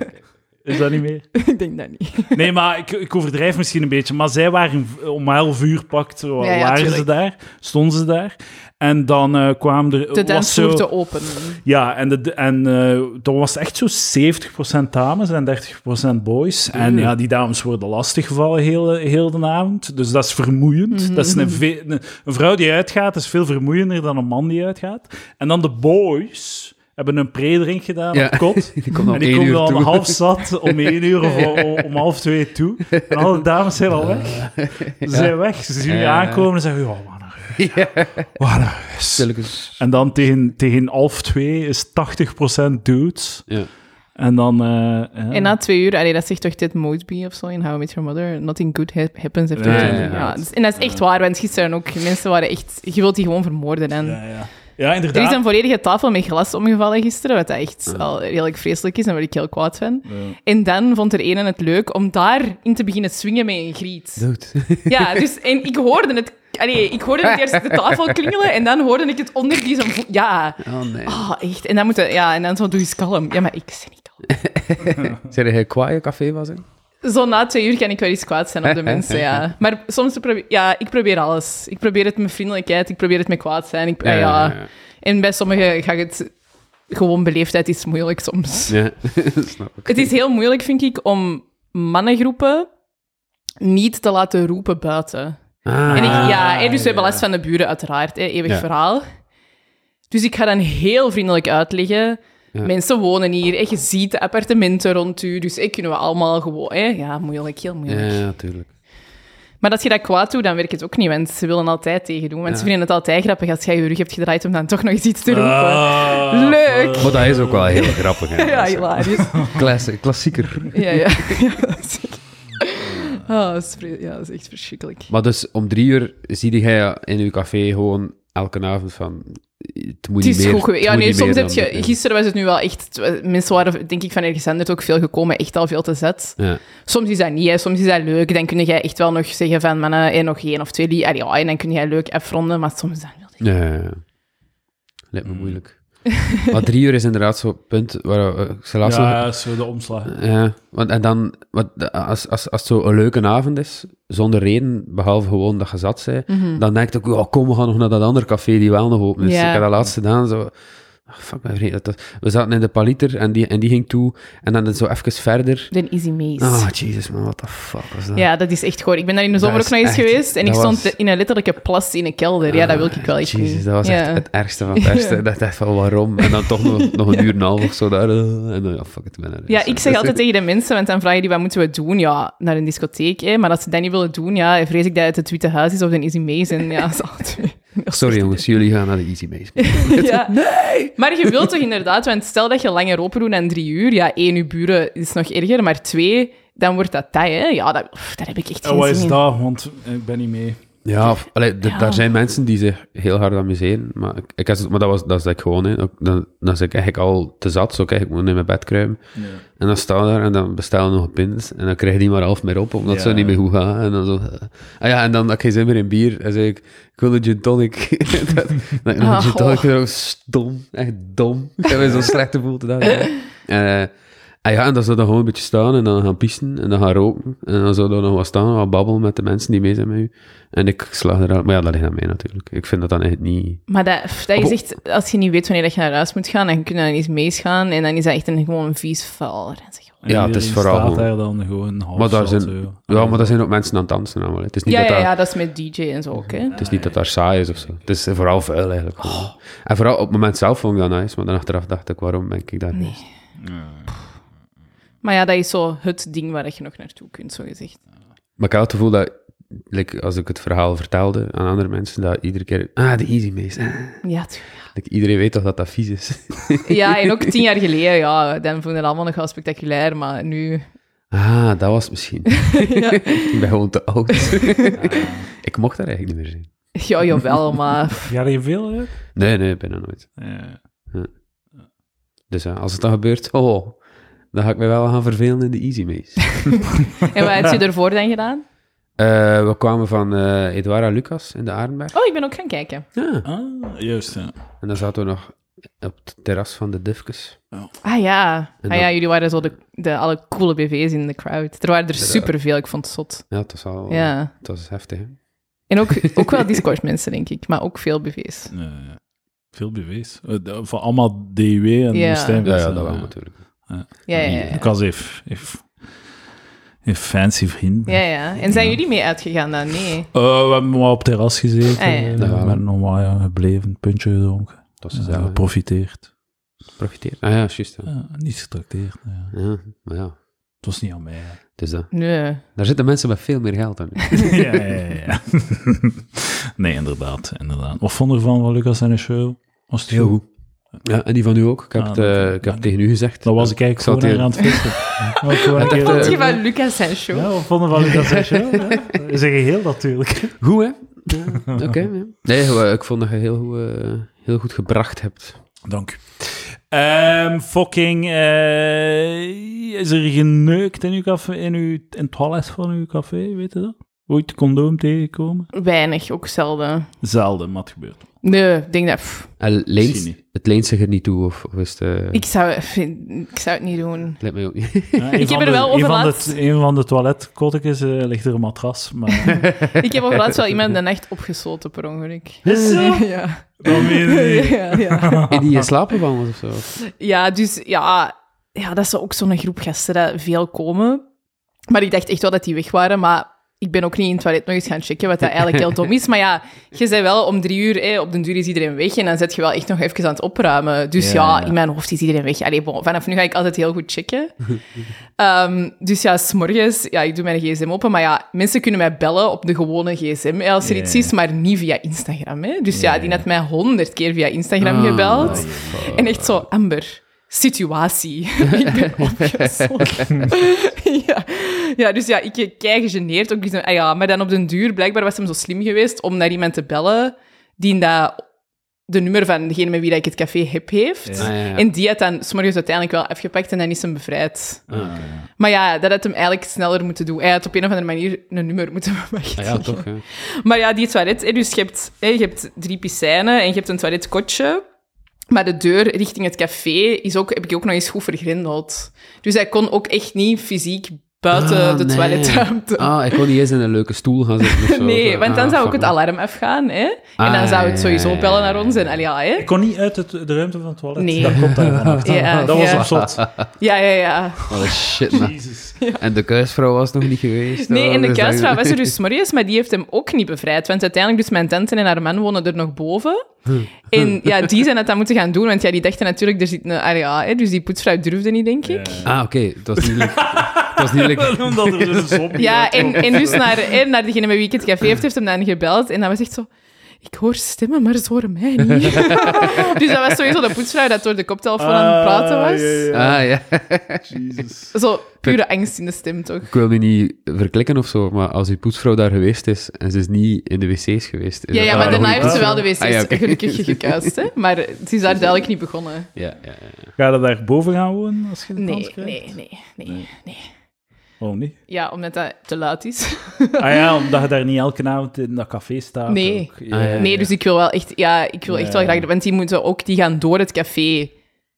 Speaker 1: Is dat niet meer?
Speaker 2: ik denk dat niet.
Speaker 1: Nee, maar ik, ik overdrijf misschien een beetje. Maar zij waren om elf uur pakt,
Speaker 2: Ja, ja,
Speaker 1: waren ze
Speaker 2: tuurlijk.
Speaker 1: daar, stonden ze daar. En dan uh, kwamen er...
Speaker 2: De
Speaker 1: was
Speaker 2: dansvloer
Speaker 1: zo,
Speaker 2: te openen.
Speaker 1: Ja, en, de, en uh, dan was echt zo zeventig procent dames en dertig procent boys. En
Speaker 3: Mm.
Speaker 1: ja, die dames worden lastiggevallen heel, heel de avond. Dus dat is vermoeiend.
Speaker 2: Mhm.
Speaker 1: Dat is een, ve- een, een vrouw die uitgaat is veel vermoeiender dan een man die uitgaat. En dan de boys hebben een pre-drink gedaan
Speaker 3: Ja.
Speaker 1: op kot.
Speaker 3: Die komt om
Speaker 1: En die
Speaker 3: één
Speaker 1: komen
Speaker 3: uur
Speaker 1: dan
Speaker 3: toe.
Speaker 1: half zat om één uur of om, om half twee toe. En alle dames zijn al weg. Ze zijn weg. Ze zien je
Speaker 3: Ja.
Speaker 1: aankomen en zeggen, ja, wat een
Speaker 3: Ja.
Speaker 1: wat een rust.
Speaker 3: Stilletjes.
Speaker 1: En dan tegen, tegen half twee is tachtig procent dudes.
Speaker 3: Ja.
Speaker 1: En dan... eh, ja.
Speaker 2: En na twee uur, allee, dat zegt toch Ted Mosby of zo in How I Met Your Mother, nothing good ha- happens after
Speaker 1: Ja,
Speaker 2: two.
Speaker 1: ja,
Speaker 2: Ja,
Speaker 1: ja.
Speaker 2: dus- en dat is echt waar, want gisteren ook, mensen waren echt... Je wilt die gewoon vermoorden. En
Speaker 1: Ja, ja. Ja,
Speaker 2: er
Speaker 1: inderdaad.
Speaker 2: is een volledige tafel met glas omgevallen gisteren, wat dat echt al redelijk vreselijk is en waar ik heel kwaad van.
Speaker 1: Ja.
Speaker 2: En dan vond er een het leuk om daarin te beginnen swingen met een griet.
Speaker 3: Dude.
Speaker 2: Ja, dus en ik hoorde het... Allee, ik hoorde het eerst de tafel klingelen en dan hoorde ik het onder die zo'n... vo- Ja,
Speaker 3: Oh, nee.
Speaker 2: ah, echt. En dan, moet het, ja, en dan zo, doe eens kalm. Ja, maar ik ben niet kalm.
Speaker 3: Zeg jij kwaai café was in?
Speaker 2: Zo na twee uur kan ik wel eens kwaad zijn op de mensen, ja. Maar soms probeer... Ja, ik probeer alles. Ik probeer het met vriendelijkheid, ik probeer het met kwaad zijn. Ik, ja, ja. En bij sommigen gaat het... Gewoon beleefdheid is moeilijk soms.
Speaker 3: Ja, dat snap ik.
Speaker 2: Het is heel moeilijk, vind ik, om mannengroepen niet te laten roepen buiten.
Speaker 3: Ah,
Speaker 2: En ik, ja,
Speaker 1: Ah,
Speaker 2: hè, dus we hebben
Speaker 1: ja.
Speaker 2: last van de buren, uiteraard. Hè, eeuwig
Speaker 3: Ja.
Speaker 2: verhaal. Dus ik ga dan heel vriendelijk uitleggen.
Speaker 3: Ja.
Speaker 2: Mensen wonen hier, hè, je ziet de appartementen rond u, dus hè, kunnen we allemaal gewoon... Hè, ja, moeilijk, heel moeilijk.
Speaker 3: Ja, natuurlijk.
Speaker 2: Maar als je dat kwaad doet, dan werkt het ook niet, want ze willen altijd tegen doen. Want
Speaker 3: Ja.
Speaker 2: ze vinden het altijd grappig als jij je rug hebt gedraaid om dan toch nog eens iets te roepen.
Speaker 1: Ah,
Speaker 2: Leuk.
Speaker 3: Maar dat is ook wel heel grappig. Hè.
Speaker 2: Ja, hilarisch.
Speaker 3: Klasse, klassieker.
Speaker 2: Ja, ja. ja dat is echt... Oh, dat is, vre- ja, dat is echt verschrikkelijk.
Speaker 3: Maar dus om drie uur zie jij in uw café gewoon elke avond van... Het moet
Speaker 2: Het
Speaker 3: niet
Speaker 2: is
Speaker 3: meer.
Speaker 2: goed geweest.
Speaker 3: het
Speaker 2: Ja,
Speaker 3: moet
Speaker 2: nee,
Speaker 3: niet
Speaker 2: soms
Speaker 3: meer
Speaker 2: heb
Speaker 3: dan
Speaker 2: je...
Speaker 3: dit.
Speaker 2: Gisteren was het nu wel echt... Mensen waren, denk ik, van ergens anders ook veel gekomen, echt al veel te zet.
Speaker 3: Ja.
Speaker 2: Soms is dat niet, hè. Soms is dat leuk. Dan kun jij echt wel nog zeggen van, mannen, eh, nog één of twee die... Ah, ja, en dan kun jij leuk afronden, maar soms dan wil ik...
Speaker 3: Ja, ja, ja. Lijkt me moeilijk. Maar drie uur is inderdaad zo'n punt waar... Uh, ik zal laatst nog-
Speaker 1: Ja, zo de omslag.
Speaker 3: Ja, want, en dan, wat, als, als, als het zo een leuke avond is, zonder reden, behalve gewoon dat je zat bent, dan denk ik ook, oh, kom, we gaan nog naar dat andere café die wel nog open is.
Speaker 2: Ja.
Speaker 3: Ik heb dat laatst gedaan, zo... Oh, fuck, mijn vriend, dat was- we zaten in de Paliter en die, en die ging toe, en dan zo even verder.
Speaker 2: De Easy Maze.
Speaker 3: Oh, Jesus, man, what the fuck was dat?
Speaker 2: Ja, dat is echt goor. Ik ben daar in de
Speaker 3: Dat
Speaker 2: zomer
Speaker 3: is
Speaker 2: ook nog eens
Speaker 3: echt-
Speaker 2: geweest en ik
Speaker 3: dat
Speaker 2: stond
Speaker 3: was-
Speaker 2: in een letterlijke plas in een kelder. Ja, dat wil ik wel echt
Speaker 3: Jezus,
Speaker 2: niet.
Speaker 3: dat was
Speaker 2: Ja.
Speaker 3: echt het ergste van het ergste. Ik dacht echt van, waarom? En dan toch nog, nog een uur en een half of zo daar. eh, En dan, ja, fuck it, ik ben er.
Speaker 2: Ja, ik zeg altijd tegen de mensen, want dan vragen die, wat moeten we doen? Ja, naar een discotheek, hè. Maar als ze dat niet willen doen, ja, vrees ik dat het het Witte Huis is of de Easy Maze. En ja, zo twee.
Speaker 3: Sorry jongens, jullie gaan naar de Easy Maze.
Speaker 2: Ja. Nee! Maar je wilt toch inderdaad, want stel dat je langer open doet dan drie uur, ja, één, uw buren is nog erger, maar twee, dan wordt dat taai, hè. Ja, dat, pff, daar heb ik echt
Speaker 1: En
Speaker 2: geen
Speaker 1: wat
Speaker 2: zin
Speaker 1: is
Speaker 2: in.
Speaker 1: dat? Want ik ben niet mee.
Speaker 3: Ja, of, allee, d-
Speaker 2: Ja.
Speaker 3: daar zijn mensen die zich heel hard amuseren, maar, ik, ik, heb- maar dat, was, dat is ik gewoon, hè. Ook- Dan, dan zit ik eigenlijk al te zat, zo kijk ik moet in mijn bed kruimen.
Speaker 1: Ja.
Speaker 3: En dan staan we daar en dan bestellen we nog pins. En dan krijg je die maar half meer op, omdat
Speaker 1: Ja.
Speaker 3: ze niet meer goed gaan. En dan zo... eh, Ah ja, en dan had ik geen zin meer in bier. En zei ik, ik wil een gin tonic. dat, dan,
Speaker 2: Ah,
Speaker 3: een gin tonic
Speaker 2: goh.
Speaker 3: is ook stom. Echt dom. Ik heb me zo'n slechte gevoel te doen. Eh, Ah ja, en dan zou dan gewoon een beetje staan en dan gaan pissen en dan gaan roken. En dan zou dan nog wat staan, wat babbelen met de mensen die mee zijn met u. En ik slag eruit. Maar ja, dat ligt aan mij natuurlijk. Ik vind dat dan echt niet...
Speaker 2: Maar dat, dat je zegt, als je niet weet wanneer dat je naar huis moet gaan, dan kun je dan eens meegaan en dan is dat echt een, gewoon een vies vuil. Dan zeg je, oh.
Speaker 3: Ja, het is
Speaker 1: Iedereen
Speaker 3: vooral
Speaker 1: staat
Speaker 3: gewoon-
Speaker 1: daar dan gewoon half
Speaker 3: Maar daar
Speaker 1: zat,
Speaker 3: zijn,
Speaker 1: zo.
Speaker 3: ja, maar daar zijn ook mensen aan het dansen. allemaal. Het is niet
Speaker 2: Ja,
Speaker 3: dat
Speaker 2: ja,
Speaker 3: dat...
Speaker 2: ja, dat is met D J en zo ook, hè.
Speaker 3: Het is niet dat daar saai is of zo. Het is vooral vuil eigenlijk. gewoon. En vooral op het moment zelf vond ik dat nice, maar dan achteraf dacht ik, waarom ben ik daar
Speaker 2: Nee.
Speaker 3: geweest?
Speaker 2: Maar ja, dat is zo het ding waar je nog naartoe kunt, zo gezegd.
Speaker 3: Maar ik had het gevoel dat, like, als ik het verhaal vertelde aan andere mensen, dat iedere keer, ah, de Easy Maze. ah.
Speaker 2: Ja, t-
Speaker 3: Like, iedereen weet toch dat dat vies is?
Speaker 2: ja, en ook tien jaar geleden, ja, dan vonden het allemaal nog wel spectaculair, maar nu...
Speaker 3: Ah, dat was het misschien.
Speaker 2: Ja,
Speaker 3: Ik ben gewoon te oud. Ik mocht daar eigenlijk niet meer zijn.
Speaker 2: ja jawel, maar...
Speaker 1: Ga je veel uit?
Speaker 3: Nee, nee, bijna nooit.
Speaker 1: Ja.
Speaker 3: Dus ja, als het dan gebeurt, oh, dan ga ik me wel gaan vervelen in de Easy Maze.
Speaker 2: En wat heb je ervoor dan gedaan?
Speaker 3: Eh, we kwamen van eh Eduarda Lucas in de Arenberg.
Speaker 2: Oh, ik ben ook gaan kijken.
Speaker 3: Ja.
Speaker 1: Ah, juist, ja.
Speaker 3: En dan zaten we nog op het terras van de Dufkes.
Speaker 2: Ah ja,
Speaker 3: En
Speaker 2: ah, ja
Speaker 3: dan-
Speaker 2: jullie waren zo de, de alle coole B V's in de crowd. Er waren er superveel, ik vond het zot.
Speaker 3: Ja, het was al...
Speaker 2: Ja.
Speaker 3: Het was heftig, hè?
Speaker 2: En ook, ook wel Discord mensen, denk ik, maar ook veel B V's.
Speaker 1: Ja, ja. Veel B V's. Eh, de- Van allemaal D W en
Speaker 2: Ja.
Speaker 1: Stijn.
Speaker 3: Ja, ja, dat wel natuurlijk.
Speaker 2: Ja, ja, ja.
Speaker 1: Lucas heeft, heeft, heeft fancy vrienden.
Speaker 2: Ja, ja. En zijn jullie mee uitgegaan dan? Nee.
Speaker 1: Eh, we hebben maar op het terras gezeten.
Speaker 2: Ah, ja.
Speaker 1: eh,
Speaker 3: Ja,
Speaker 1: we
Speaker 3: wel.
Speaker 1: hebben nog maar ja, gebleven, een puntje gedronken.
Speaker 3: Dat was
Speaker 1: Ja,
Speaker 3: gezellig.
Speaker 1: geprofiteerd.
Speaker 3: Profiteerd. Ah ja, juist. Ja.
Speaker 1: Ja, niet getrakteerd. Ja.
Speaker 3: Ja, maar ja,
Speaker 1: Het was niet aan mij. hè.
Speaker 3: het is dat.
Speaker 2: Nee.
Speaker 3: Daar zitten mensen met veel meer geld aan.
Speaker 1: ja, ja, ja. nee, inderdaad, inderdaad. Wat vond je ervan van Lucas en de show? Was het
Speaker 3: Heel goed. Ja, en die van u ook. Ik heb,
Speaker 1: Ah,
Speaker 3: het, eh,
Speaker 1: dat-
Speaker 3: ik heb
Speaker 1: dat-
Speaker 3: tegen u gezegd.
Speaker 1: Dat was ik
Speaker 3: Ik
Speaker 1: eigenlijk
Speaker 3: zat
Speaker 1: gewoon
Speaker 3: hier-
Speaker 1: aan het vissen. Maar gewoon een keer-
Speaker 2: Wat vond je van Lucas en show?
Speaker 1: Ja, wat vonden van Lucas en show? Ja. Dat is een geheel natuurlijk.
Speaker 3: Goed, hè? Ja, oké. ja. Nee, eh, ik vond dat je heel goed, eh, heel goed gebracht hebt.
Speaker 1: Dank u. Ehm, fucking, eh, is er geneukt in uw café, in, uw, in het toilet van uw café, weet je dat? Ooit een condoom tegengekomen?
Speaker 2: Weinig, ook zelden.
Speaker 1: Zelden, maar het gebeurt.
Speaker 2: Nee, ik denk dat... pff,
Speaker 3: En
Speaker 1: Misschien
Speaker 3: leent,
Speaker 1: niet.
Speaker 3: het leent zich er niet toe, of, of is het... eh,
Speaker 2: ik, zou, ik zou het niet doen.
Speaker 3: lijkt mij ook niet.
Speaker 1: Ja, een
Speaker 2: Ik
Speaker 1: van
Speaker 2: heb er
Speaker 1: de-
Speaker 2: wel
Speaker 1: een
Speaker 2: over
Speaker 1: van de,
Speaker 2: laatst-
Speaker 1: Een van de toiletkottekens eh, ligt er een matras, maar...
Speaker 2: Ik heb over laatst wel iemand de nacht opgesloten per ongeluk.
Speaker 1: Is zo?
Speaker 2: Ja.
Speaker 1: Dat meen je niet.
Speaker 2: Ja, ja.
Speaker 3: In die in slaap gevallen was of zo?
Speaker 2: Ja, dus ja, ja, dat is ook zo'n groep gasten dat veel komen. Maar ik dacht echt wel dat die weg waren, maar ik ben ook niet in het toilet nog eens gaan checken, wat dat eigenlijk heel dom is. Maar ja, je zei wel om drie uur, hè, op den duur is iedereen weg en dan zet je wel echt nog even aan het opruimen. Dus
Speaker 1: Ja,
Speaker 2: ja,
Speaker 1: ja.
Speaker 2: in mijn hoofd is iedereen weg. Allee, bon, vanaf nu ga ik altijd heel goed checken. Ehm, dus ja, 's morgens, ja, ik doe mijn gsm open, maar ja, mensen kunnen mij bellen op de gewone gsm hè, als er
Speaker 1: Ja,
Speaker 2: iets
Speaker 1: ja.
Speaker 2: is, maar niet via Instagram. Hè. Dus ja,
Speaker 1: Ja,
Speaker 2: die
Speaker 1: ja.
Speaker 2: had mij honderd keer via Instagram
Speaker 3: Ah,
Speaker 2: gebeld. En echt zo, Amber, situatie. Ik ben opgesloten. ja. ja, dus ja, ik kei gegeneerd. Ook, ah ja, maar dan op den duur, blijkbaar was hem zo slim geweest om naar iemand te bellen die dat de nummer van degene met wie dat ik het café heb heeft.
Speaker 1: Ja.
Speaker 3: Ah, ja, ja.
Speaker 2: En die had dan 's morgens uiteindelijk wel afgepakt en dan is hem bevrijd.
Speaker 3: Ah, oké.
Speaker 2: Maar ja, dat had hem eigenlijk sneller moeten doen. Hij had op een of andere manier een nummer moeten bemachtigen.
Speaker 3: Ah, ja, toch, ja.
Speaker 2: Maar ja, die toilet, hè, dus je hebt, hè, je hebt drie piscijnen en je hebt een toiletkotje. Maar de deur richting het café is ook, heb ik ook nog eens goed vergrendeld. Dus hij kon ook echt niet fysiek buiten
Speaker 3: Ah,
Speaker 2: de
Speaker 3: nee.
Speaker 2: toiletruimte.
Speaker 3: Ah, ik kon niet eens in een leuke stoel gaan zitten of zo.
Speaker 2: Nee, want dan
Speaker 3: Ah,
Speaker 2: zou ook
Speaker 3: fuck,
Speaker 2: het
Speaker 3: man.
Speaker 2: alarm afgaan, hè? En
Speaker 3: Ah,
Speaker 2: dan zou het
Speaker 3: ja,
Speaker 2: sowieso
Speaker 3: ja,
Speaker 2: bellen
Speaker 3: ja,
Speaker 2: naar ons. En, allee, ja, hè?
Speaker 1: Ik kon niet uit het, de ruimte van het toilet.
Speaker 2: Nee.
Speaker 1: Dat komt daar vanaf.
Speaker 2: Ja,
Speaker 1: dat was
Speaker 2: ja.
Speaker 1: op zot.
Speaker 2: Ja, ja, ja.
Speaker 3: Wat een shit, man.
Speaker 1: Jezus.
Speaker 3: En de kuisvrouw was nog niet geweest.
Speaker 2: Nee,
Speaker 3: Oh,
Speaker 2: en de
Speaker 3: dus
Speaker 2: kuisvrouw
Speaker 3: dan-
Speaker 2: was er dus 's morgens, maar die heeft hem ook niet bevrijd. Want uiteindelijk, dus mijn tante en haar man wonen er nog boven. En ja, die zijn het dan moeten gaan doen, want ja, die dachten natuurlijk, er zit een... Ah, ja, hè, dus die poetsvrouw durfde niet, denk ik.
Speaker 3: Ah, oké. Het was niet like- Het was niet like-
Speaker 1: Omdat er dus een zombie
Speaker 2: Ja, en,
Speaker 1: uitkomt.
Speaker 2: en dus naar, hè, naar degene met wie ik het café heeft, heeft hem dan gebeld. En dat was echt zo... Ik hoor stemmen, maar ze horen mij niet. Dus dat was sowieso de poetsvrouw dat door de koptelefoon aan het praten was.
Speaker 1: Ah, ja, ja.
Speaker 3: Ah, ja.
Speaker 1: Jezus.
Speaker 2: Zo pure angst in de stem, toch?
Speaker 3: Ik wil nu niet verklikken of zo, maar als die poetsvrouw daar geweest is en ze is niet in de wc's geweest... is
Speaker 2: Ja,
Speaker 3: dat
Speaker 2: ja,
Speaker 3: wel
Speaker 2: maar
Speaker 3: een
Speaker 2: daarna
Speaker 3: goeie
Speaker 2: heeft ze wel
Speaker 3: poetsvrouw.
Speaker 2: de wc's
Speaker 3: Ah, ja, oké.
Speaker 2: gelukkig gekuist, hè. Maar het is daar duidelijk niet begonnen.
Speaker 3: Ja, ja, ja.
Speaker 1: Ga je daar boven gaan wonen als je de kans
Speaker 2: Nee,
Speaker 1: krijgt?
Speaker 2: nee, nee, nee, nee.
Speaker 1: Waarom niet?
Speaker 2: Ja, omdat dat te luid is.
Speaker 1: Ah ja, omdat je daar niet elke avond in dat café staat.
Speaker 2: Nee.
Speaker 1: ook.
Speaker 3: Ah, ja.
Speaker 2: Nee, dus ik wil wel echt... Ja, ik wil echt wel
Speaker 1: Ja.
Speaker 2: graag... Want die moeten ook... Die gaan door het café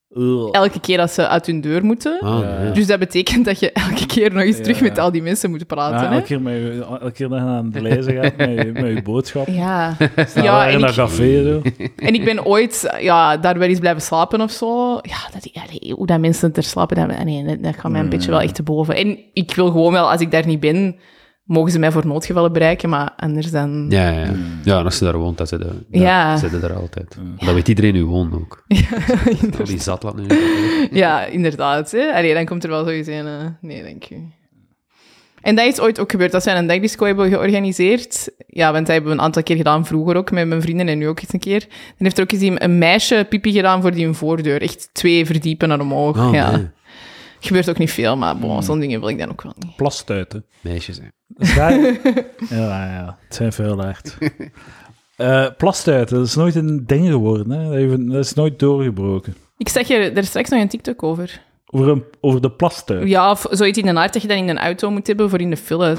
Speaker 1: Ugh.
Speaker 2: elke keer dat ze uit hun deur moeten.
Speaker 3: Ah,
Speaker 1: Ja.
Speaker 3: ja.
Speaker 2: Dus dat betekent dat je elke keer nog eens terug
Speaker 1: Ja.
Speaker 2: met al die mensen moet praten.
Speaker 1: Ja,
Speaker 2: hè?
Speaker 1: elke keer, met je, elke keer dat je aan het lezen gaat met je, met je boodschap.
Speaker 2: Ja,
Speaker 1: Sta
Speaker 2: ja
Speaker 1: daar in
Speaker 2: en,
Speaker 1: dat
Speaker 2: ik,
Speaker 1: café, zo.
Speaker 2: en ik ben ooit ja, daar wel eens blijven slapen of zo. Ja, dat, allee, hoe dat mensen er slapen, dat, nee, dat, dat gaat mij een beetje wel echt te boven. En ik wil gewoon wel, als ik daar niet ben, mogen ze mij voor noodgevallen bereiken, maar anders dan...
Speaker 3: Ja, ja. ja, en als je daar woont, dan zitten
Speaker 2: Ja.
Speaker 3: ja. zit er altijd. Dat weet iedereen nu woont ook. Al die zatlat nu.
Speaker 2: Ja, inderdaad. Hè? Allee, dan komt er wel zoiets in. Uh, nee, dank u. En dat is ooit ook gebeurd, als wij een dagdisco hebben georganiseerd. Ja, want dat hebben we een aantal keer gedaan, vroeger ook, met mijn vrienden en nu ook eens een keer. Dan heeft er ook eens een meisje pipi gedaan voor die hun voordeur. Echt twee verdiepen naar omhoog.
Speaker 3: Oh,
Speaker 2: ja.
Speaker 3: nee.
Speaker 2: Gebeurt ook niet veel, maar bon, zo'n dingen wil ik dan ook wel niet.
Speaker 1: Plastuiten.
Speaker 3: Meisjes, hè.
Speaker 1: Dus daar- ja, ja, het zijn veel echt. Uh, plastuiten, dat is nooit een ding geworden. Hè? Dat, heeft- dat is nooit doorgebroken.
Speaker 2: Ik zag je daar straks nog een TikTok over.
Speaker 1: Over, een, over de plastuit.
Speaker 2: Ja, of zoiets in de aard dat je dan in een auto moet hebben voor in de file.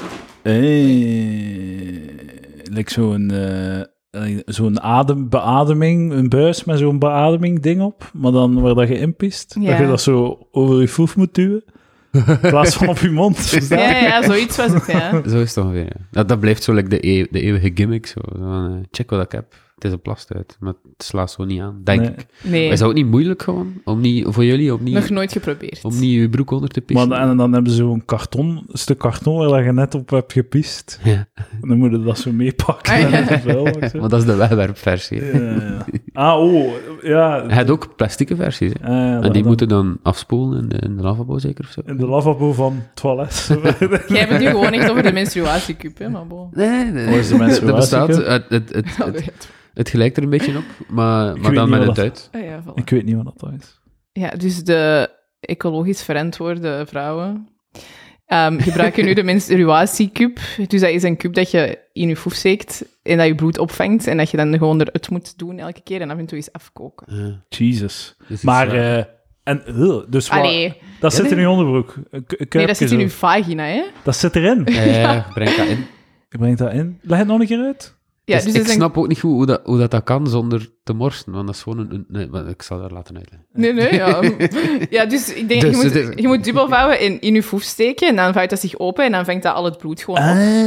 Speaker 1: Hey, like zo'n uh, zo'n adem, beademing, een buis met zo'n beademing ding op, maar dan waar dat je inpist,
Speaker 2: Ja.
Speaker 1: dat je dat zo over je foef moet duwen, in plaats van op je mond. verstaan?
Speaker 2: Ja, ja, ja, zoiets was het, ja.
Speaker 3: Zo is het ongeveer, ja. Dat, dat blijft zo like de, e- de eeuwige gimmick, zo. Van, uh, check wat ik heb. Het is een plastuit, maar het slaat zo niet aan, denk
Speaker 1: Nee.
Speaker 3: ik.
Speaker 2: Nee,
Speaker 3: Maar is dat ook niet moeilijk gewoon? Om niet, voor jullie, om niet,
Speaker 2: nog nooit geprobeerd.
Speaker 3: om niet je broek onder te pissen?
Speaker 1: Maar, en dan hebben ze zo'n karton, een stuk karton waar je net op hebt gepist.
Speaker 3: Ja,
Speaker 1: En dan moet je dat zo meepakken.
Speaker 2: Ah, ja.
Speaker 1: en dan vuil of zo.
Speaker 3: maar dat is de wegwerpversie. hè.
Speaker 1: Ja, ja. Ah, oh, ja.
Speaker 3: Je hebt ook plastieke versies, hè.
Speaker 1: Ah, ja,
Speaker 3: En
Speaker 1: dat-
Speaker 3: die
Speaker 1: dat-
Speaker 3: moeten dan afspoelen in de, in de lavabo, zeker, of zo?
Speaker 1: in de lavabo van het toilet.
Speaker 2: Jij hebt het nu gewoon echt over de menstruatiecup, hè, maar bon.
Speaker 3: Nee, nee.
Speaker 1: Wat is de
Speaker 3: Dat bestaat,
Speaker 1: menstruatiecup?
Speaker 3: het, het, het,
Speaker 2: Ja,
Speaker 3: het,
Speaker 2: weet.
Speaker 3: het gelijkt er een beetje op, maar, maar
Speaker 1: weet
Speaker 3: dan
Speaker 1: niet
Speaker 3: met
Speaker 1: wat
Speaker 3: een
Speaker 1: dat-
Speaker 3: tuit.
Speaker 2: Ah, ja, voilà.
Speaker 1: Ik weet niet wat dat is.
Speaker 2: Ja, dus de ecologisch verantwoorde vrouwen ehm, gebruiken nu de menstruatiecup. Dus dat is een cup dat je in je foef steekt en dat je bloed opvangt en dat je dan gewoon eruit moet doen elke keer en af en toe eens afkoken.
Speaker 3: Ja.
Speaker 1: Jesus.
Speaker 3: Dus
Speaker 1: Maar,
Speaker 3: het is, eh,
Speaker 1: eh en, ugh, dus wat,
Speaker 2: Allee,
Speaker 1: dat
Speaker 3: Ja,
Speaker 1: zit in
Speaker 3: nee.
Speaker 1: je onderbroek. Een ku- een
Speaker 2: nee,
Speaker 1: kuipje
Speaker 2: dat zit in
Speaker 1: zo.
Speaker 2: je vagina, hè?
Speaker 1: Dat zit erin.
Speaker 3: ja, ja, breng dat in.
Speaker 1: Ik breng dat in. Leg het nog een keer uit.
Speaker 2: Ja,
Speaker 3: Dus
Speaker 2: dus
Speaker 3: ik
Speaker 2: het is een...
Speaker 3: snap ook niet goed hoe dat, hoe dat, dat kan zonder te morsen, want dat is gewoon een... een- nee, maar ik zal dat laten uitleggen.
Speaker 2: Nee, nee, ja. Ja, dus ik denk,
Speaker 3: Dus
Speaker 2: je,
Speaker 3: het
Speaker 2: moet,
Speaker 3: is-
Speaker 2: je moet dubbel vouwen en in je foef steken en dan vouwt dat zich open en dan vangt dat al het bloed gewoon op.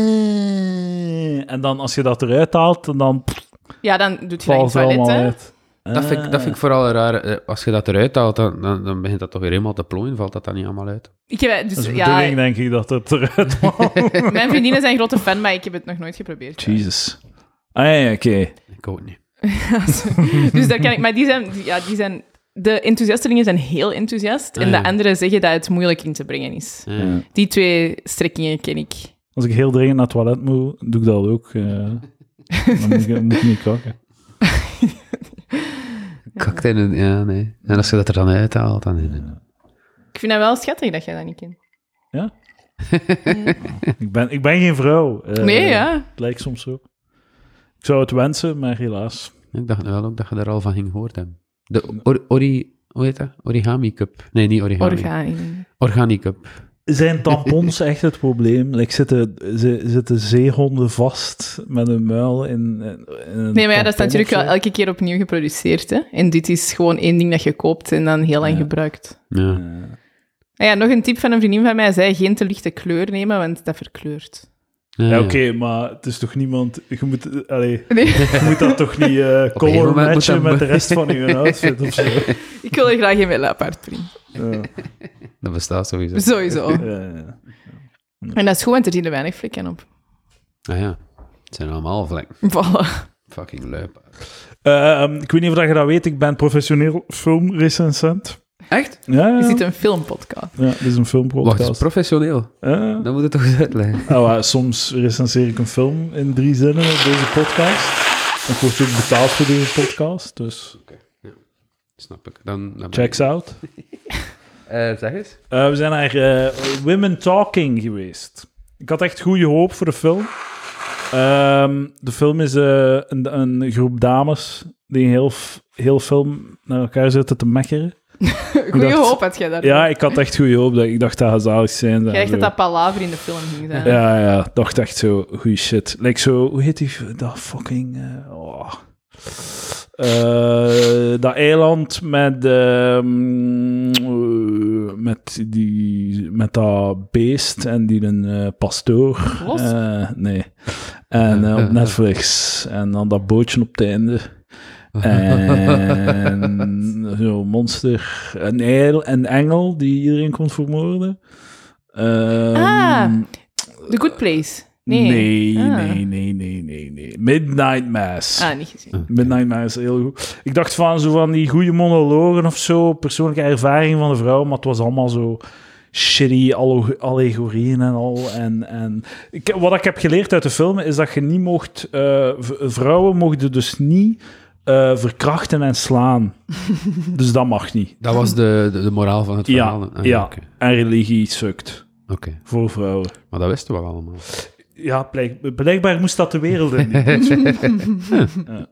Speaker 1: Ah. En dan als je dat eruit haalt, dan
Speaker 2: Ja, dan doet je dat in
Speaker 1: valt
Speaker 2: het
Speaker 1: het allemaal
Speaker 2: toilet, hè.
Speaker 1: uit.
Speaker 3: Dat vind, ik, dat vind ik vooral raar. eh, Als je dat eruit haalt, dan, dan, dan begint dat toch weer helemaal te plooien, valt dat dan niet allemaal uit?
Speaker 2: Ik heb, dus,
Speaker 1: Dat is de
Speaker 2: ja,
Speaker 1: bedoeling, denk ik, dat het eruit mag.
Speaker 2: mijn vriendinnen zijn grote fan, maar ik heb het nog nooit geprobeerd.
Speaker 1: Jesus. Ah ja, oké.
Speaker 3: Ik ook niet.
Speaker 2: Dus daar kan ik... Maar die zijn... Ja, die zijn de enthousiastelingen zijn heel enthousiast en
Speaker 3: Ah, ja.
Speaker 2: de anderen zeggen dat het moeilijk in te brengen is.
Speaker 3: Ja.
Speaker 1: Ja.
Speaker 2: Die twee strekkingen ken ik.
Speaker 1: Als ik heel dringend naar het toilet moet, doe ik dat ook. eh. Dan moet ik, moet ik niet kakken.
Speaker 3: Kakt in een... Ja, nee. En als je dat er dan uithaalt, dan...
Speaker 2: Ik vind dat wel schattig dat jij dat niet kent.
Speaker 1: Ik ben, ik ben geen vrouw. Eh,
Speaker 2: Nee, ja.
Speaker 1: Het lijkt soms zo. Ik zou het wensen, maar helaas.
Speaker 3: Ik dacht wel ook dat je daar al van ging gehoord hebben. De or, ori... Hoe heet dat? Origami Cup. Nee, niet origami.
Speaker 2: Organi.
Speaker 3: Organi Cup.
Speaker 1: Zijn tampons echt het probleem? Like, zitten, ze- zitten zeehonden vast met een muil in, in een
Speaker 2: Nee, maar ja, dat is
Speaker 1: tampon
Speaker 2: natuurlijk
Speaker 1: of
Speaker 2: wel
Speaker 1: zo?
Speaker 2: elke keer opnieuw geproduceerd, hè. En dit is gewoon één ding dat je koopt en dan heel lang
Speaker 1: Ja.
Speaker 2: gebruikt.
Speaker 3: Ja.
Speaker 1: Ja.
Speaker 2: Ah ja, nog een tip van een vriendin van mij zei geen te lichte kleur nemen, want dat verkleurt.
Speaker 3: Ja,
Speaker 1: Ja,
Speaker 3: ja.
Speaker 1: oké, maar het is toch niemand... Je moet, allee,
Speaker 2: Nee,
Speaker 1: je moet dat toch niet eh
Speaker 3: een
Speaker 1: color
Speaker 3: moment moet
Speaker 1: matchen
Speaker 3: dat-
Speaker 1: met de rest van je outfit of zo?
Speaker 2: ik wil er graag in mijn leopard print.
Speaker 1: Ja,
Speaker 3: Dat bestaat sowieso.
Speaker 2: Sowieso.
Speaker 1: ja, ja.
Speaker 2: En dat is goed, want er zitten weinig vlekken op.
Speaker 3: Ah ja. Het zijn allemaal vlekken.
Speaker 2: Voilà.
Speaker 3: Fucking luip.
Speaker 1: Ehm, ik weet niet of je dat weet, ik ben professioneel filmrecensent.
Speaker 3: Echt?
Speaker 1: Ja, ja.
Speaker 2: Je ziet een filmpodcast.
Speaker 1: Ja, dit is een filmpodcast.
Speaker 3: Wacht, is professioneel.
Speaker 1: Ja.
Speaker 3: Dan moet het toch eens uitleggen.
Speaker 1: Nou, ja, soms recenseer ik een film in drie zinnen op deze podcast. Ik word ook betaald voor deze podcast, dus
Speaker 3: Snap ik. Dan, dan ben
Speaker 1: checks out.
Speaker 3: Eh, zeg eens.
Speaker 1: Uh, we zijn naar uh, Women Talking geweest. Ik had echt goede hoop voor de film. Um, de film is uh, een, een groep dames die een heel, f- heel film naar elkaar zitten te mekkeren.
Speaker 2: Goeie
Speaker 1: dacht-
Speaker 2: hoop had jij daar.
Speaker 1: Ja, ik had echt goede hoop. Dat, ik dacht dat gaat zalig zijn.
Speaker 2: Jij dacht
Speaker 1: zo.
Speaker 2: dat dat palaver in de film ging zijn.
Speaker 1: Ja, ja, ik dacht echt zo, goeie shit. Like zo, hoe heet die? f- Dat fucking... uh, oh. Uh, dat eiland met, uh, met, die, met dat beest en die een uh, pastoor.
Speaker 2: Los?
Speaker 1: Uh, nee. En uh, op Netflix. En dan dat bootje op het einde. En zo'n monster. Een, eil, een engel die iedereen kon vermoorden. Um,
Speaker 2: ah, The Good Place. Nee,
Speaker 1: nee,
Speaker 2: ah.
Speaker 1: nee, nee, nee, nee, nee. Midnight Mass.
Speaker 2: Ah, niet gezien.
Speaker 1: Midnight Mass, heel goed. Ik dacht van zo van die goede monologen of zo, persoonlijke ervaring van de vrouw, maar het was allemaal zo shitty allegorieën en al. En, en ik, wat ik heb geleerd uit de film is dat je niet mocht... Uh, vrouwen mochten dus niet uh, verkrachten en slaan. Dus dat mag niet.
Speaker 3: Dat was de, de, de moraal van het verhaal?
Speaker 1: Ja,
Speaker 3: ah,
Speaker 1: ja.
Speaker 3: Okay.
Speaker 1: En religie sukt.
Speaker 3: Oké. Okay.
Speaker 1: Voor vrouwen.
Speaker 3: Maar dat wisten we wel allemaal.
Speaker 1: Ja, blijk, blijkbaar moest dat de wereld in. ja.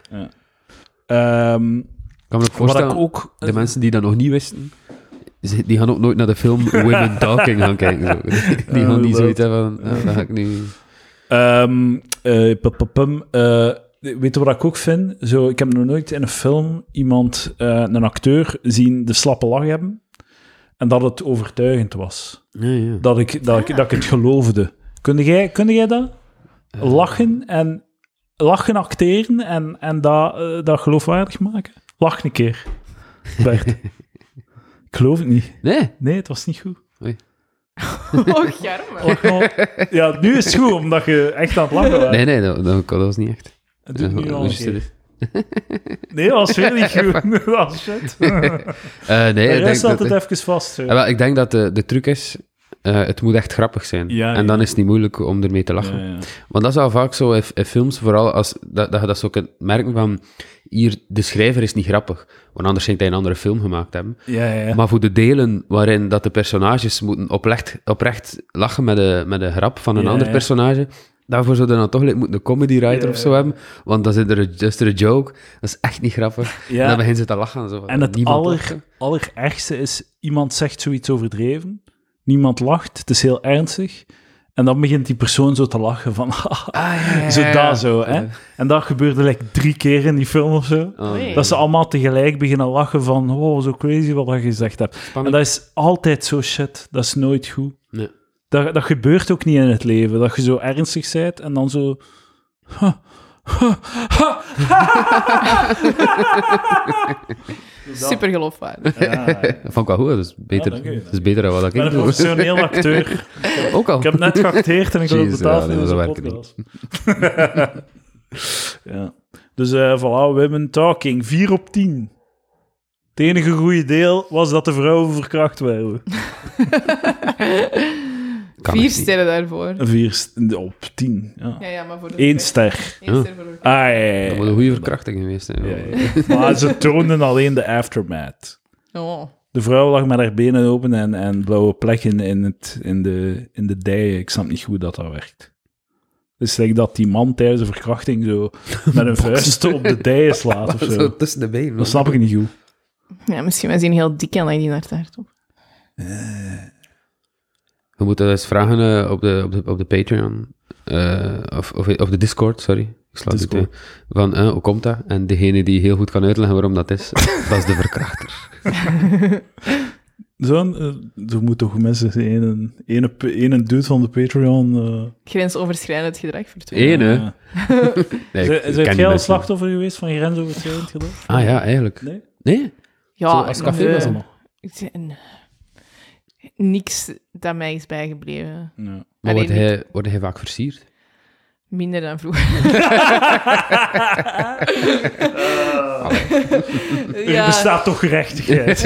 Speaker 1: Ja. Um,
Speaker 3: kan me ook voorstellen,
Speaker 1: ik ook,
Speaker 3: de mensen die dat nog niet wisten, die gaan ook nooit naar de film Women Talking gaan kijken. Zo. Die gaan niet zoiets hebben van, oh, dat ga ik nu...
Speaker 1: Um, uh, pum, uh, weet je wat ik ook vind? Zo, ik heb nog nooit in een film iemand, uh, een acteur, zien de slappe lach hebben en dat het overtuigend was.
Speaker 3: Ja, ja.
Speaker 1: Dat, ik, dat, ik, dat ik het geloofde. Kun jij, kun jij dat? Lachen en lachen acteren en, en dat, uh, dat geloofwaardig maken? Lach een keer, Bert. Ik geloof het niet.
Speaker 3: Nee?
Speaker 1: Nee, het was niet goed.
Speaker 3: Oei.
Speaker 2: Oh, Germe.
Speaker 1: Ja, nu is het goed, omdat je echt aan het lachen was.
Speaker 3: Nee, nee, dat, dat, dat was niet echt.
Speaker 1: Het doet nu
Speaker 3: ja,
Speaker 1: al een keer. Nee, dat was weer niet goed. Dat was shit.
Speaker 3: Uh, nee,
Speaker 1: de rest
Speaker 3: zat
Speaker 1: het even vast.
Speaker 3: Uh, wel, ik denk dat de, de truc is, uh, het moet echt grappig zijn.
Speaker 1: Ja,
Speaker 3: en dan
Speaker 1: ja.
Speaker 3: is het niet moeilijk om ermee te lachen.
Speaker 1: Ja, ja.
Speaker 3: Want dat is al vaak zo in, in films, vooral als, dat, dat je dat zo kunt merken van, hier, de schrijver is niet grappig, want anders zou hij een andere film gemaakt hebben.
Speaker 1: Ja, ja.
Speaker 3: Maar voor de delen waarin dat de personages moeten oprecht, oprecht lachen met de, met de grap van een
Speaker 1: ja,
Speaker 3: ander
Speaker 1: ja.
Speaker 3: personage, daarvoor zou je dan toch like, moeten een comedy writer
Speaker 1: ja,
Speaker 3: of zo
Speaker 1: ja.
Speaker 3: hebben, want dan is er een, just er een joke, dat is echt niet grappig.
Speaker 1: Ja.
Speaker 3: En dan beginnen ze te lachen. Zo,
Speaker 1: En het
Speaker 3: niemand
Speaker 1: aller,
Speaker 3: lacht.
Speaker 1: allerergste is, iemand zegt zoiets overdreven, niemand lacht, het is heel ernstig, en dan begint die persoon zo te lachen van,
Speaker 3: Ah, ja, ja,
Speaker 1: zo
Speaker 3: ja.
Speaker 1: dat zo, hè.
Speaker 3: Ja.
Speaker 1: En dat gebeurde like, drie keer in die film of zo.
Speaker 3: Oh,
Speaker 2: Oei.
Speaker 1: Dat ze allemaal tegelijk beginnen lachen van, oh, zo crazy wat je gezegd hebt.
Speaker 3: Spannend.
Speaker 1: En dat is altijd zo shit, dat is nooit goed.
Speaker 3: Nee.
Speaker 1: Dat, dat gebeurt ook niet in het leven, dat je zo ernstig bent en dan zo...
Speaker 2: Super geloofwaardig.
Speaker 1: Ja, ja.
Speaker 3: Dat vond ik wel goed, dat is beter,
Speaker 1: dank u.
Speaker 3: dat is beter dan wat ik
Speaker 1: Ik ben een
Speaker 3: doe.
Speaker 1: professioneel acteur.
Speaker 3: Ook al.
Speaker 1: Ik heb net geacteerd en ik wil op de
Speaker 3: Jezus,
Speaker 1: tafel
Speaker 3: ja,
Speaker 1: in
Speaker 3: dat
Speaker 1: deze
Speaker 3: werkt
Speaker 1: podcast. Ja. Dus uh, voilà, Women Talking, vier op tien. Het enige goede deel was dat de vrouwen verkracht werden.
Speaker 3: Kan
Speaker 2: Vier
Speaker 3: echt niet.
Speaker 2: sterren daarvoor.
Speaker 1: Vier st- op tien, ja.
Speaker 2: Ja, ja, maar voor de...
Speaker 1: Eén ster.
Speaker 2: Eén ster voor de...
Speaker 1: Ah, ja, ja,
Speaker 3: Dat
Speaker 1: ja.
Speaker 3: moet een goede verkrachting geweest zijn.
Speaker 1: Ja, ja. Maar ze toonden alleen de aftermath.
Speaker 2: Oh.
Speaker 1: De vrouw lag met haar benen open en, en blauwe plekken in, het, in, de, in de dijen. Ik snap niet goed dat dat werkt. Dus like dat die man tijdens de verkrachting zo met een vuist op de dijen slaat of zo.
Speaker 3: Zo tussen de benen.
Speaker 1: Dat snap ik niet goed.
Speaker 2: Ja, misschien was hij heel dik en lag die naar taart op.
Speaker 3: We moeten eens vragen uh, op, de, op, de, op de Patreon, uh, of, of op de Discord, sorry. Ik sla dit
Speaker 1: Discord.
Speaker 3: uh, van, uh, hoe komt dat? En degene die heel goed kan uitleggen waarom dat is, dat is de verkrachter.
Speaker 1: Zo'n, uh, er moet toch mensen zijn, een, ene, ene dude van de Patreon... Uh,
Speaker 2: Grensoverschrijdend gedrag voor twee.
Speaker 3: Eén, hè?
Speaker 1: uh,
Speaker 3: Nee,
Speaker 1: Zijn
Speaker 3: ik- ik
Speaker 1: zijn
Speaker 3: ken die
Speaker 1: jij al
Speaker 3: mensen.
Speaker 1: slachtoffer geweest van grensoverschrijdend gedrag?
Speaker 3: Ah ja, eigenlijk.
Speaker 1: Nee?
Speaker 3: Nee?
Speaker 2: Ja,
Speaker 3: Zo, als café
Speaker 2: nee.
Speaker 3: was het
Speaker 1: nog.
Speaker 2: Ik zei, n- niks dat mij is bijgebleven.
Speaker 1: Ja.
Speaker 3: Maar
Speaker 2: Allee,
Speaker 3: wordt hij, wordt hij vaak versierd?
Speaker 2: Minder dan vroeger.
Speaker 1: Er bestaat toch gerechtigheid?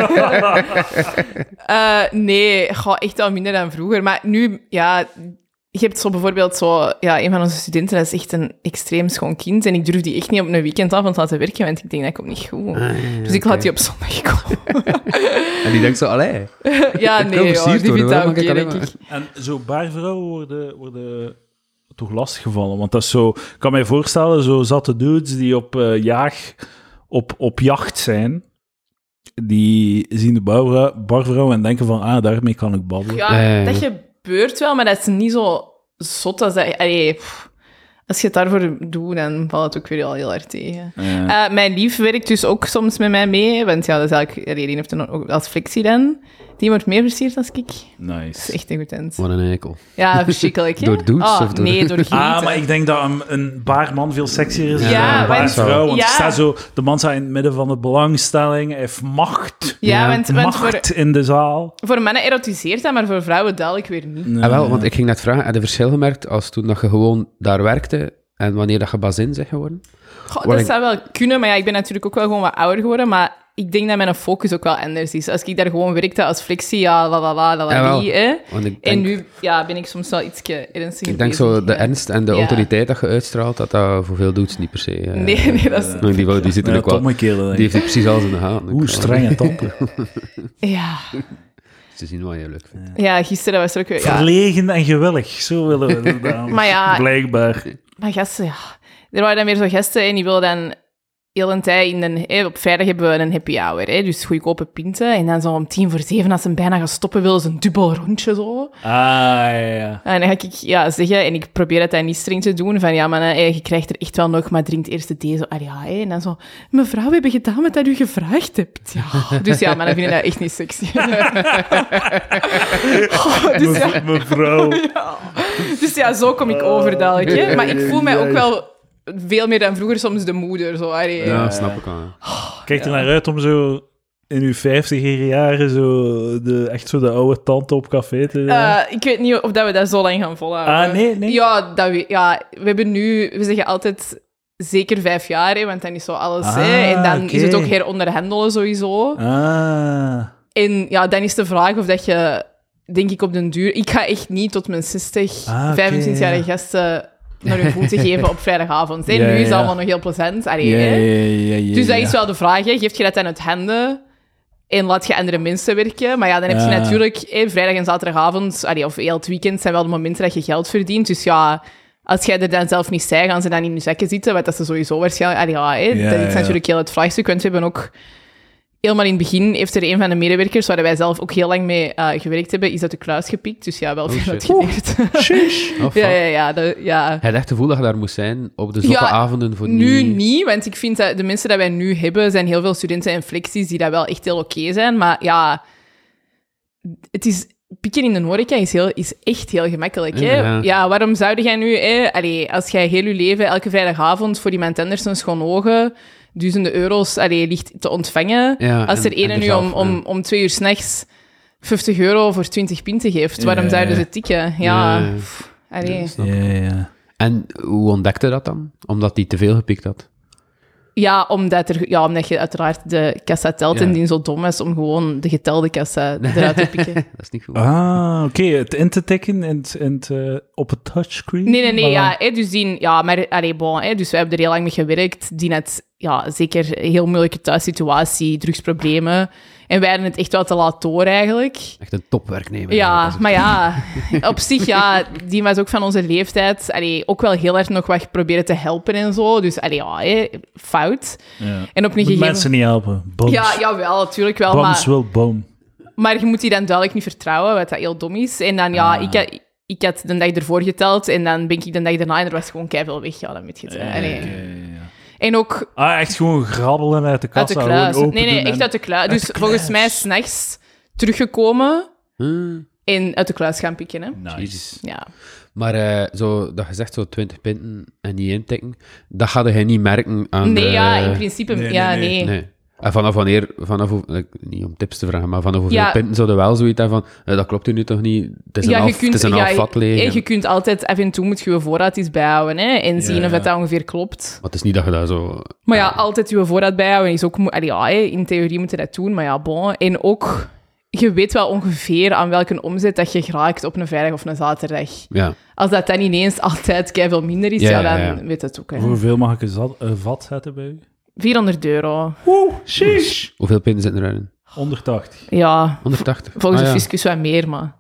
Speaker 2: Uh, nee, goh, echt al minder dan vroeger. Maar nu, ja, je hebt zo bijvoorbeeld zo... Ja, een van onze studenten, dat is echt een extreem schoon kind. En ik durf die echt niet op een weekendavond laten werken, want ik denk, dat komt niet goed.
Speaker 3: Ah, ja,
Speaker 2: Dus ik
Speaker 3: oké.
Speaker 2: laat die op zondag komen.
Speaker 3: En die denkt zo, allee.
Speaker 2: Ja,
Speaker 3: Ik wil
Speaker 2: nee,
Speaker 3: versierd
Speaker 2: hoor, die
Speaker 3: worden,
Speaker 2: vindt dat
Speaker 3: waarom
Speaker 2: oké,
Speaker 3: mag ik alleen
Speaker 2: denk ik.
Speaker 1: En zo baarvrouwen worden, worden toch lastiggevallen. Want dat is zo... Ik kan mij voorstellen, zo zatte dudes die op, uh, jaag, op, op jacht zijn, die zien de barvrouw, barvrouw en denken van, ah, daarmee kan ik babbelen.
Speaker 2: Ja,
Speaker 3: Ja, ja, ja.
Speaker 2: dat gebeurt wel, maar dat is niet zo zot als dat... Allee, pff. Als je het daarvoor doet, dan valt het ook weer al heel hard tegen.
Speaker 1: Ja.
Speaker 2: Uh, mijn lief werkt dus ook soms met mij mee, want ja, dat is eigenlijk... Die heeft dan ook als flexie dan. Die wordt meer versierd dan ik.
Speaker 1: Nice.
Speaker 2: Dat is echt een goed eind.
Speaker 3: Wat een eikel.
Speaker 2: Ja, verschrikkelijk, hè?
Speaker 3: Door douche
Speaker 2: Oh,
Speaker 3: of door...
Speaker 2: Nee, door gieten.
Speaker 1: Ah, maar ik denk dat een, een baarman veel sexier is
Speaker 2: Ja,
Speaker 1: dan een
Speaker 2: want-
Speaker 1: baarvrouw. Want
Speaker 2: ja.
Speaker 1: je staat zo, de man staat in het midden van de belangstelling, hij heeft macht.
Speaker 2: Ja,
Speaker 3: Ja.
Speaker 2: want, want voor,
Speaker 1: Macht in de zaal.
Speaker 2: voor mannen erotiseert dat, maar voor vrouwen duidelijk weer niet.
Speaker 1: Nee.
Speaker 3: Ah, wel, want ik ging net vragen, heb je verschil gemerkt als toen dat je gewoon daar werkte en wanneer dat je bazin bent geworden?
Speaker 2: Goh,
Speaker 3: Wat
Speaker 2: dat
Speaker 3: ik-
Speaker 2: zou wel kunnen, maar ja, ik ben natuurlijk ook wel gewoon wat ouder geworden, maar ik denk dat mijn focus ook wel anders is. Als ik daar gewoon werkte als flexie, ja, la la la la la,
Speaker 3: Jawel.
Speaker 2: die, hè.
Speaker 3: Want ik
Speaker 2: En
Speaker 3: denk,
Speaker 2: nu ja, ben ik soms wel iets ernstiger
Speaker 3: ik denk
Speaker 2: bezig,
Speaker 3: zo de
Speaker 2: ja.
Speaker 3: ernst en de
Speaker 2: Ja.
Speaker 3: autoriteit dat je uitstraalt, dat dat voor veel doet niet per se. eh,
Speaker 2: Nee, nee, dat is...
Speaker 3: nou, die, wou- die zit er
Speaker 1: Ja,
Speaker 3: ook wel...
Speaker 1: tomme kerel, denk
Speaker 3: Die
Speaker 1: ik.
Speaker 3: heeft het precies alles in de gaten.
Speaker 1: Oeh, strenge toppen.
Speaker 2: Ja.
Speaker 3: Ze zien wat je leuk vindt.
Speaker 2: Ja, gisteren was er ook... Ja.
Speaker 1: Verlegen en gewillig, zo willen we het dan.
Speaker 2: Maar ja-
Speaker 1: Blijkbaar.
Speaker 2: Maar gasten, ja. Er waren dan weer zo gasten en die wilden dan heel een tijd in een... Hè, op vrijdag hebben we een happy hour, hè, dus goedkope pinten. En dan zo om tien voor zeven, als ze bijna gaan stoppen, willen ze een dubbel rondje zo.
Speaker 1: Ah, ja, ja.
Speaker 2: En dan ga ik ja, zeggen, en ik probeer het dan niet streng te doen, van ja, maar je krijgt er echt wel nog, maar drinkt eerst de thee. Zo, ah, ja, hè. En dan zo, mevrouw, we hebben gedaan wat dat u gevraagd hebt. Ja. Dus ja, maar dan vind ik dat echt niet sexy. Oh, dus, ja,
Speaker 1: Me- Mevrouw.
Speaker 2: ja. Dus ja, zo kom ik over dadelijk. Hè. Maar ik voel mij ook wel veel meer dan vroeger soms de moeder. Zo, allee.
Speaker 3: Ja, snap ik al.
Speaker 1: Kijk er naar uit om zo in uw vijftiger jaren zo de, echt zo de oude tante op café te
Speaker 2: Uh, ik weet niet of dat we dat zo lang gaan volhouden.
Speaker 1: Ah, nee, nee?
Speaker 2: Ja, dat we, ja, we hebben nu... We zeggen altijd zeker vijf jaar, hè, want dan is zo alles...
Speaker 1: Ah,
Speaker 2: hè, en dan
Speaker 1: oké.
Speaker 2: is het ook heronderhandelen sowieso.
Speaker 1: Ah.
Speaker 2: En ja, dan is de vraag of dat je, denk ik, op den duur... Ik ga echt niet tot mijn zestig,
Speaker 1: Ah, oké,
Speaker 2: vijfentwintig-jarige
Speaker 1: ja.
Speaker 2: gasten naar hun voeten geven op vrijdagavond. Hè.
Speaker 1: Ja,
Speaker 2: nu is het
Speaker 1: ja.
Speaker 2: allemaal nog heel plezant. Allee,
Speaker 1: Ja,
Speaker 2: hè.
Speaker 1: ja, ja, ja,
Speaker 2: Dus dat
Speaker 1: ja.
Speaker 2: is wel de vraag. Hè. Geef je dat dan uit handen en laat je andere mensen werken? Maar ja, dan heb je
Speaker 1: Ja.
Speaker 2: natuurlijk... Hè, vrijdag en zaterdagavond, allee, of heel het weekend, zijn wel de momenten dat je geld verdient. Dus ja, als jij er dan zelf niet zei, gaan ze dan in je zakken zitten, wat dat ze sowieso waarschijnlijk... Allee, ja, hè,
Speaker 1: Ja,
Speaker 2: dat is
Speaker 1: ja.
Speaker 2: natuurlijk heel het vraagstuk, want we hebben ook... Helemaal in het begin heeft er een van de medewerkers, waar wij zelf ook heel lang mee uh, gewerkt hebben, is uit de kluis gepikt. Dus ja, wel veel
Speaker 3: shit.
Speaker 2: uitgeleerd.
Speaker 3: Oh, fuck.
Speaker 2: ja, ja, ja. Dat, ja.
Speaker 3: Hij had echt het gevoel dat je daar moest zijn op de zotte
Speaker 2: Ja,
Speaker 3: avonden voor
Speaker 2: Nu
Speaker 3: niet...
Speaker 2: niet, want ik vind dat de mensen die wij nu hebben, zijn heel veel studenten en flexies die dat wel echt heel oké zijn. Maar ja, het is... Pikken in de horeca is, heel, is echt heel gemakkelijk. Hè?
Speaker 3: Ja.
Speaker 2: Ja, waarom zou jij nu... Hè, allee, als jij heel je leven elke vrijdagavond voor iemand anders een schoon ogen duizenden euro's allee, ligt te ontvangen,
Speaker 3: Ja,
Speaker 2: als
Speaker 3: en-
Speaker 2: er ene
Speaker 3: en
Speaker 2: nu
Speaker 3: zelf,
Speaker 2: om, om,
Speaker 3: ja.
Speaker 2: om twee uur s'nachts vijftig euro voor twintig pinten geeft, waarom
Speaker 1: Ja.
Speaker 2: zouden ze tikken? Ja,
Speaker 3: Ja.
Speaker 2: pff, allee.
Speaker 3: Ja, snap
Speaker 1: Ja,
Speaker 3: ik.
Speaker 1: ja.
Speaker 3: En hoe ontdekte dat dan? Omdat hij te veel gepikt had?
Speaker 2: Ja, omdat, er, ja, omdat je uiteraard de kassa telt
Speaker 3: Ja.
Speaker 2: en die zo dom is om gewoon de getelde kassa eruit te pikken.
Speaker 3: Dat is niet goed.
Speaker 1: Ah, oké. Het in te tikken en het, en het, eh, op het touchscreen?
Speaker 2: Nee, nee, nee,
Speaker 1: Maar
Speaker 2: ja, hè, dus die, ja, maar, allee, bon, hè, dus wij hebben er heel lang mee gewerkt, die net, ja, zeker een heel moeilijke thuissituatie, drugsproblemen, en wij hadden het echt wel te laat door, eigenlijk.
Speaker 3: Echt een topwerknemer.
Speaker 2: Ja,
Speaker 3: Dat is-
Speaker 2: maar ja, op zich, ja, die was ook van onze leeftijd, allee, ook wel heel erg nog wat proberen te helpen en zo, dus, allee, ja, hè, fout.
Speaker 1: Ja.
Speaker 2: En op een
Speaker 1: Moet
Speaker 2: gegeven
Speaker 1: mensen niet helpen. Boms.
Speaker 2: Ja, jawel, natuurlijk wel,
Speaker 1: Boms
Speaker 2: maar...
Speaker 1: wil boom.
Speaker 2: Maar je moet die dan duidelijk niet vertrouwen, wat dat heel dom is. En dan, ja,
Speaker 1: Ah.
Speaker 2: ik, had- ik had de dag ervoor geteld en dan ben ik de dag daarna en er was gewoon keiveel weg. Ja, dan weet je het.
Speaker 1: Ja,
Speaker 2: Allee.
Speaker 1: ja, ja, ja.
Speaker 2: En ook
Speaker 1: Ah, echt gewoon grabbelen uit de
Speaker 2: uit
Speaker 1: kassa.
Speaker 2: de kluis.
Speaker 1: gewoon open
Speaker 2: Nee, nee,
Speaker 1: doen
Speaker 2: echt
Speaker 1: en-
Speaker 2: uit de kluis.
Speaker 1: uit
Speaker 2: Dus
Speaker 1: de
Speaker 2: volgens
Speaker 1: kluis.
Speaker 2: mij s'nachts teruggekomen
Speaker 3: Hmm,
Speaker 2: en uit de kluis gaan pikken. Hè.
Speaker 1: Nice.
Speaker 3: Jezus.
Speaker 2: Ja.
Speaker 3: Maar eh, zo, dat je zegt zo twintig pinten en niet intikken, dat ga je niet merken aan
Speaker 2: Nee,
Speaker 3: de...
Speaker 2: ja, in principe...
Speaker 1: nee,
Speaker 2: ja,
Speaker 1: nee,
Speaker 2: nee.
Speaker 1: nee.
Speaker 3: Nee. En vanaf wanneer, vanaf hoe, like, niet om tips te vragen, maar vanaf hoeveel
Speaker 2: Ja.
Speaker 3: pinten zouden wel zoiets hebben van, eh, dat klopt u nu toch niet, het is een,
Speaker 2: Ja,
Speaker 3: half,
Speaker 2: je kunt,
Speaker 3: het is een
Speaker 2: ja,
Speaker 3: half vat leeg.
Speaker 2: je,
Speaker 3: en-
Speaker 2: je kunt altijd af en toe moet je je voorraad eens bijhouden hè, en zien
Speaker 1: Ja,
Speaker 2: of
Speaker 1: ja.
Speaker 2: het dat ongeveer klopt.
Speaker 3: Maar het is niet dat je dat zo...
Speaker 2: Maar ja, altijd je voorraad bijhouden is ook... mo- Allee, ja, hè, in theorie moet je dat doen, maar ja, bon. En ook, je weet wel ongeveer aan welke omzet dat je geraakt op een vrijdag of een zaterdag.
Speaker 3: Ja,
Speaker 2: Als dat dan ineens altijd veel minder is,
Speaker 3: Ja,
Speaker 2: ja,
Speaker 3: ja,
Speaker 2: dan
Speaker 3: ja.
Speaker 2: weet het ook. Hè.
Speaker 1: Hoeveel mag ik een, zat, een vat zetten bij u?
Speaker 2: vierhonderd euro.
Speaker 1: Oeh, sheesh.
Speaker 3: hoeveel pinten zitten erin?
Speaker 1: honderdtachtig.
Speaker 2: Ja,
Speaker 3: honderdtachtig?
Speaker 2: volgens
Speaker 3: Ah,
Speaker 2: de
Speaker 3: ja.
Speaker 2: fiscus wat meer, maar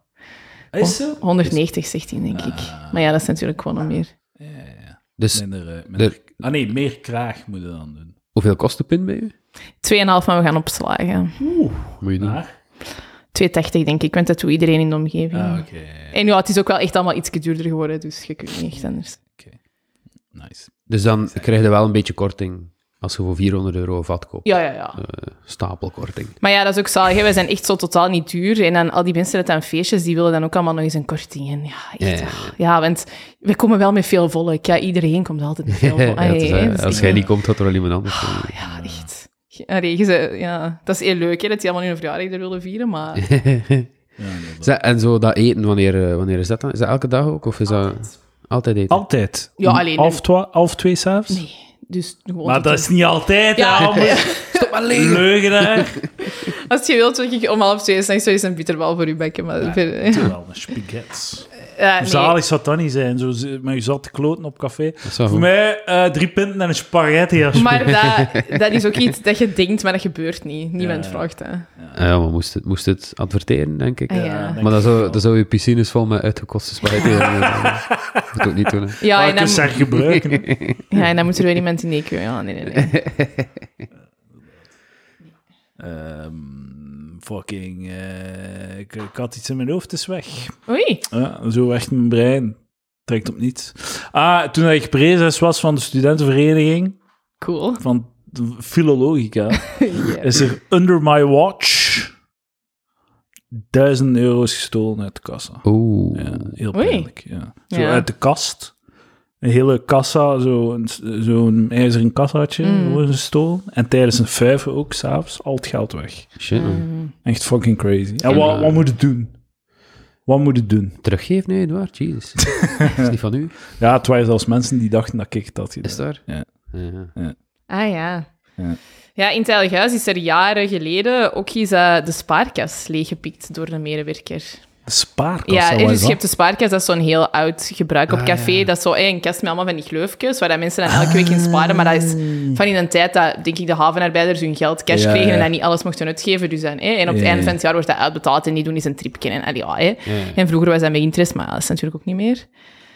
Speaker 1: Is zo?
Speaker 2: honderdnegentig zegt hij, denk ik. Maar ja, dat is natuurlijk gewoon nog meer.
Speaker 1: Ja, ja.
Speaker 3: Dus
Speaker 1: Minder, eh, minder... Ah nee, meer kraag moeten we dan doen.
Speaker 3: hoeveel kost de pin bij u?
Speaker 2: twee komma vijf, maar we gaan opslagen.
Speaker 3: Moet je doen.
Speaker 1: Maar?
Speaker 2: twee tachtig, denk ik, want dat doet iedereen in de omgeving.
Speaker 1: Ah, oké.
Speaker 2: En ja, het is ook wel echt allemaal iets duurder geworden, dus je kunt niet echt anders.
Speaker 1: nice.
Speaker 3: Dus dan krijg je wel een beetje korting als je voor vierhonderd euro een vat koopt.
Speaker 2: Ja, ja, ja.
Speaker 3: Uh, stapelkorting.
Speaker 2: Maar ja, dat is ook zalig. Hè. Wij zijn echt zo totaal niet duur. En dan al die mensen dat aan feestjes, die willen dan ook allemaal nog eens een korting. En ja, echt. Ja, ja, ja. ja, want we komen wel met veel volk. Ja, iedereen komt altijd met veel volk.
Speaker 3: ja, is,
Speaker 2: hey,
Speaker 3: uh, als jij niet komt, gaat er wel iemand anders
Speaker 2: oh, ja, echt. Ja, ze, ja, dat is heel leuk, hè, dat die allemaal hun verjaardag er willen vieren, maar...
Speaker 1: Ja,
Speaker 3: Zet, en zo dat eten, wanneer, wanneer is dat dan? Is dat elke dag ook? Of is
Speaker 2: altijd.
Speaker 3: dat altijd eten?
Speaker 1: Altijd?
Speaker 2: Ja, alleen...
Speaker 1: Half, twa- half twee s'avonds?
Speaker 2: Nee, dus gewoon...
Speaker 1: Maar dat is niet altijd,
Speaker 2: ja,
Speaker 1: hè,
Speaker 2: ja.
Speaker 3: Stop maar liggen!
Speaker 1: Leugenaar.
Speaker 2: Als je wilt, wil ik om half twee s'nachts zo eens een bitterbal voor je bekken. Maar...
Speaker 1: Ja,
Speaker 2: ver...
Speaker 1: het is wel een spaghetti.
Speaker 2: Ja, nee.
Speaker 1: Zalig zou dat niet zijn, zo z- met je zat te kloten op café. Voor
Speaker 3: goed.
Speaker 1: mij uh, drie pinten en een spaghetti.
Speaker 2: Maar dat, dat is ook iets dat je denkt, maar dat gebeurt niet. Niemand
Speaker 1: Ja.
Speaker 2: vraagt dat.
Speaker 3: Ja, ja maar moest het, moest het adverteren, denk ik.
Speaker 2: Ah, ja.
Speaker 1: Ja,
Speaker 3: Maar dan zou, dan zou je piscines vol met uitgekoste spaghetti hebben. Dat moet ook niet doen, hè.
Speaker 2: Ja,
Speaker 1: Ah,
Speaker 2: en
Speaker 1: je kunt ze
Speaker 2: dan,
Speaker 1: echt gebruiken. hè.
Speaker 2: ja, en dan moet er weer iemand in nek. Ja, nee, nee, nee.
Speaker 1: Um, fucking... Uh, ik, ik had iets in mijn hoofd, het is weg.
Speaker 2: Oei.
Speaker 1: Ja, zo echt mijn brein. Trekt op niets. Ah, toen ik prezes was van de studentenvereniging,
Speaker 2: Cool.
Speaker 1: van de Philologica,
Speaker 2: Yeah.
Speaker 1: is er under my watch duizend euro's gestolen uit de kassa.
Speaker 3: Oeh.
Speaker 1: Ja, heel
Speaker 2: Oei.
Speaker 1: pijnlijk. Ja. Zo
Speaker 2: Ja.
Speaker 1: uit de kast. Een hele kassa, zo'n zo ijzeren kassaatje,
Speaker 2: Mm.
Speaker 1: worden gestolen. En tijdens een vijver ook, s'avonds, al het geld weg.
Speaker 3: Shit, man.
Speaker 2: Mm.
Speaker 1: Echt fucking crazy. En
Speaker 3: En,
Speaker 1: wat,
Speaker 3: eh,
Speaker 1: wat moet het doen? Wat moet het doen?
Speaker 3: Teruggeven? Nee, Edouard, jezus. Dat is niet van u.
Speaker 1: Ja, het waren zelfs mensen die dachten dat ik dat gedaan.
Speaker 3: Is het waar?
Speaker 1: Ja.
Speaker 3: Ja.
Speaker 2: Ah ja.
Speaker 1: Ja.
Speaker 2: Ja, in het Heilig Huis is er jaren geleden ook eens uh, de spaarkas leeggepikt door een medewerker.
Speaker 1: De spaarkas,
Speaker 2: Ja,
Speaker 1: wat
Speaker 2: dus
Speaker 1: is
Speaker 2: je
Speaker 1: dat?
Speaker 2: hebt de spaarkas, dat is zo'n heel oud gebruik op
Speaker 1: Ah,
Speaker 2: café.
Speaker 1: ja.
Speaker 2: Dat is zo eh, een kast met allemaal van die gleufjes, waar dat mensen dan elke week in sparen. Maar dat is van in een tijd dat, denk ik, de havenarbeiders hun geld cash
Speaker 1: Ja,
Speaker 2: kregen
Speaker 1: ja.
Speaker 2: en dat niet alles mochten uitgeven. Dus dan, eh, en op het
Speaker 1: Ja,
Speaker 2: einde
Speaker 1: ja.
Speaker 2: van het jaar wordt dat uitbetaald en die doen eens een tripje. En, allee, ja, eh.
Speaker 3: Ja.
Speaker 2: en vroeger was dat met interest, maar dat is natuurlijk ook niet meer.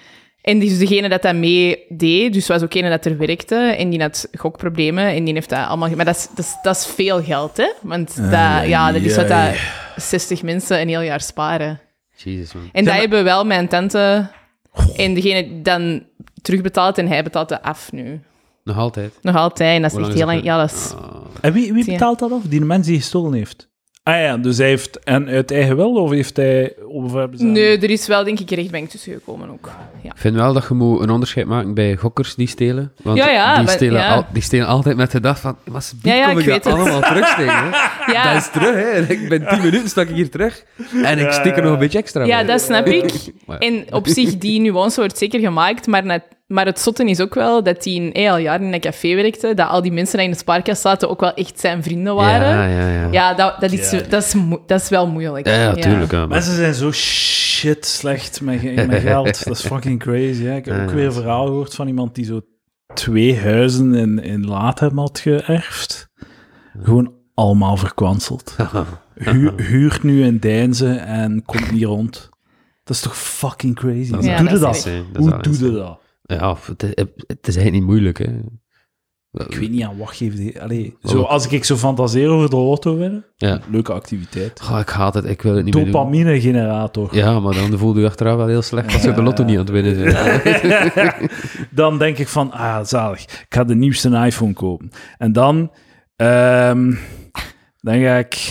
Speaker 2: En dus degene dat dat mee deed, dus was ook ene dat er werkte, en die had gokproblemen, en die heeft dat allemaal... Maar dat is, dat is, dat is veel geld, hè? Want dat,
Speaker 1: Ah,
Speaker 2: ja, dat is wat
Speaker 1: ja,
Speaker 2: dat zestig mensen een heel jaar sparen.
Speaker 3: Jezus, man.
Speaker 2: En dat hebben wel mijn tante en degene dan terugbetaald, en hij betaalt dat af nu.
Speaker 3: Nog altijd.
Speaker 2: Nog altijd, en dat is
Speaker 3: Hoe
Speaker 2: echt
Speaker 3: lang
Speaker 2: heel
Speaker 3: is
Speaker 2: lang...
Speaker 3: dat
Speaker 2: Ja, dat is...
Speaker 3: Ah.
Speaker 1: En wie, wie
Speaker 2: Zie je.
Speaker 1: betaalt dat af? Die mens die gestolen heeft. Ah ja, dus hij heeft... En uit eigen wil, of heeft hij... Of hebben ze hem-
Speaker 2: Nee, er is wel, denk ik, rechtbank tussen gekomen ook. Ja.
Speaker 3: Ik vind wel dat je moet een onderscheid maken bij gokkers die stelen. Want
Speaker 2: Ja, ja,
Speaker 3: die,
Speaker 2: maar-
Speaker 3: stelen
Speaker 2: ja.
Speaker 3: al, die stelen altijd met de dag van... Maar ze
Speaker 2: Ja, ja,
Speaker 3: kom
Speaker 2: ik
Speaker 3: ik
Speaker 2: weet
Speaker 3: dat
Speaker 2: het.
Speaker 3: allemaal terugsteken. Hè?
Speaker 2: Ja.
Speaker 3: Dat is terug, hè. En ik ben tien minuten stak ik hier terug. En ik
Speaker 1: Ja,
Speaker 3: steek er
Speaker 1: ja.
Speaker 3: nog een beetje extra
Speaker 2: Ja,
Speaker 3: bij.
Speaker 2: dat snap ik.
Speaker 3: Maar-
Speaker 2: En op zich, die nuance wordt zeker gemaakt, maar, net, maar het zotte is ook wel dat hij in, eh, al jaren in een café werkte, dat al die mensen die in de spaarkas zaten ook wel echt zijn vrienden waren.
Speaker 3: Ja, ja, ja.
Speaker 2: Ja, dat, dat, is,
Speaker 1: Ja.
Speaker 2: Dat, is, moe- dat is wel moeilijk.
Speaker 3: Ja, ja, tuurlijk. Ja, maar-
Speaker 1: Mensen zijn zo shit slecht met, ge- met geld. Dat is fucking crazy. Hè? Ik heb ook
Speaker 3: Ja.
Speaker 1: weer een verhaal gehoord van iemand die zo twee huizen in, in Latham had geërfd. Gewoon allemaal verkwanseld. Hu- huurt nu in Deinzen en komt niet rond. Dat is toch fucking crazy?
Speaker 3: Dat
Speaker 1: Hoe
Speaker 2: is-
Speaker 1: doe
Speaker 2: Ja,
Speaker 1: je
Speaker 2: dat
Speaker 1: dat?
Speaker 2: is
Speaker 3: insane. Dat is
Speaker 1: Hoe
Speaker 3: wel
Speaker 1: doe je
Speaker 3: insane.
Speaker 1: dat?
Speaker 3: Ja, of het, is, het is eigenlijk niet moeilijk, hè.
Speaker 1: Ik weet niet aan wat geeft die... Allee, zo, als ik zo fantaseer over de lotto winnen,
Speaker 3: Ja.
Speaker 1: leuke activiteit.
Speaker 3: Goh, ik haat het, ik wil het niet meer doen.
Speaker 1: Dopamine-generator.
Speaker 3: Ja, maar dan voel je je achteraf wel heel slecht als je de lotto niet aan het winnen bent.
Speaker 1: Dan denk ik van, ah, zalig. Ik ga de nieuwste iPhone kopen. En dan, ehm, dan ga ik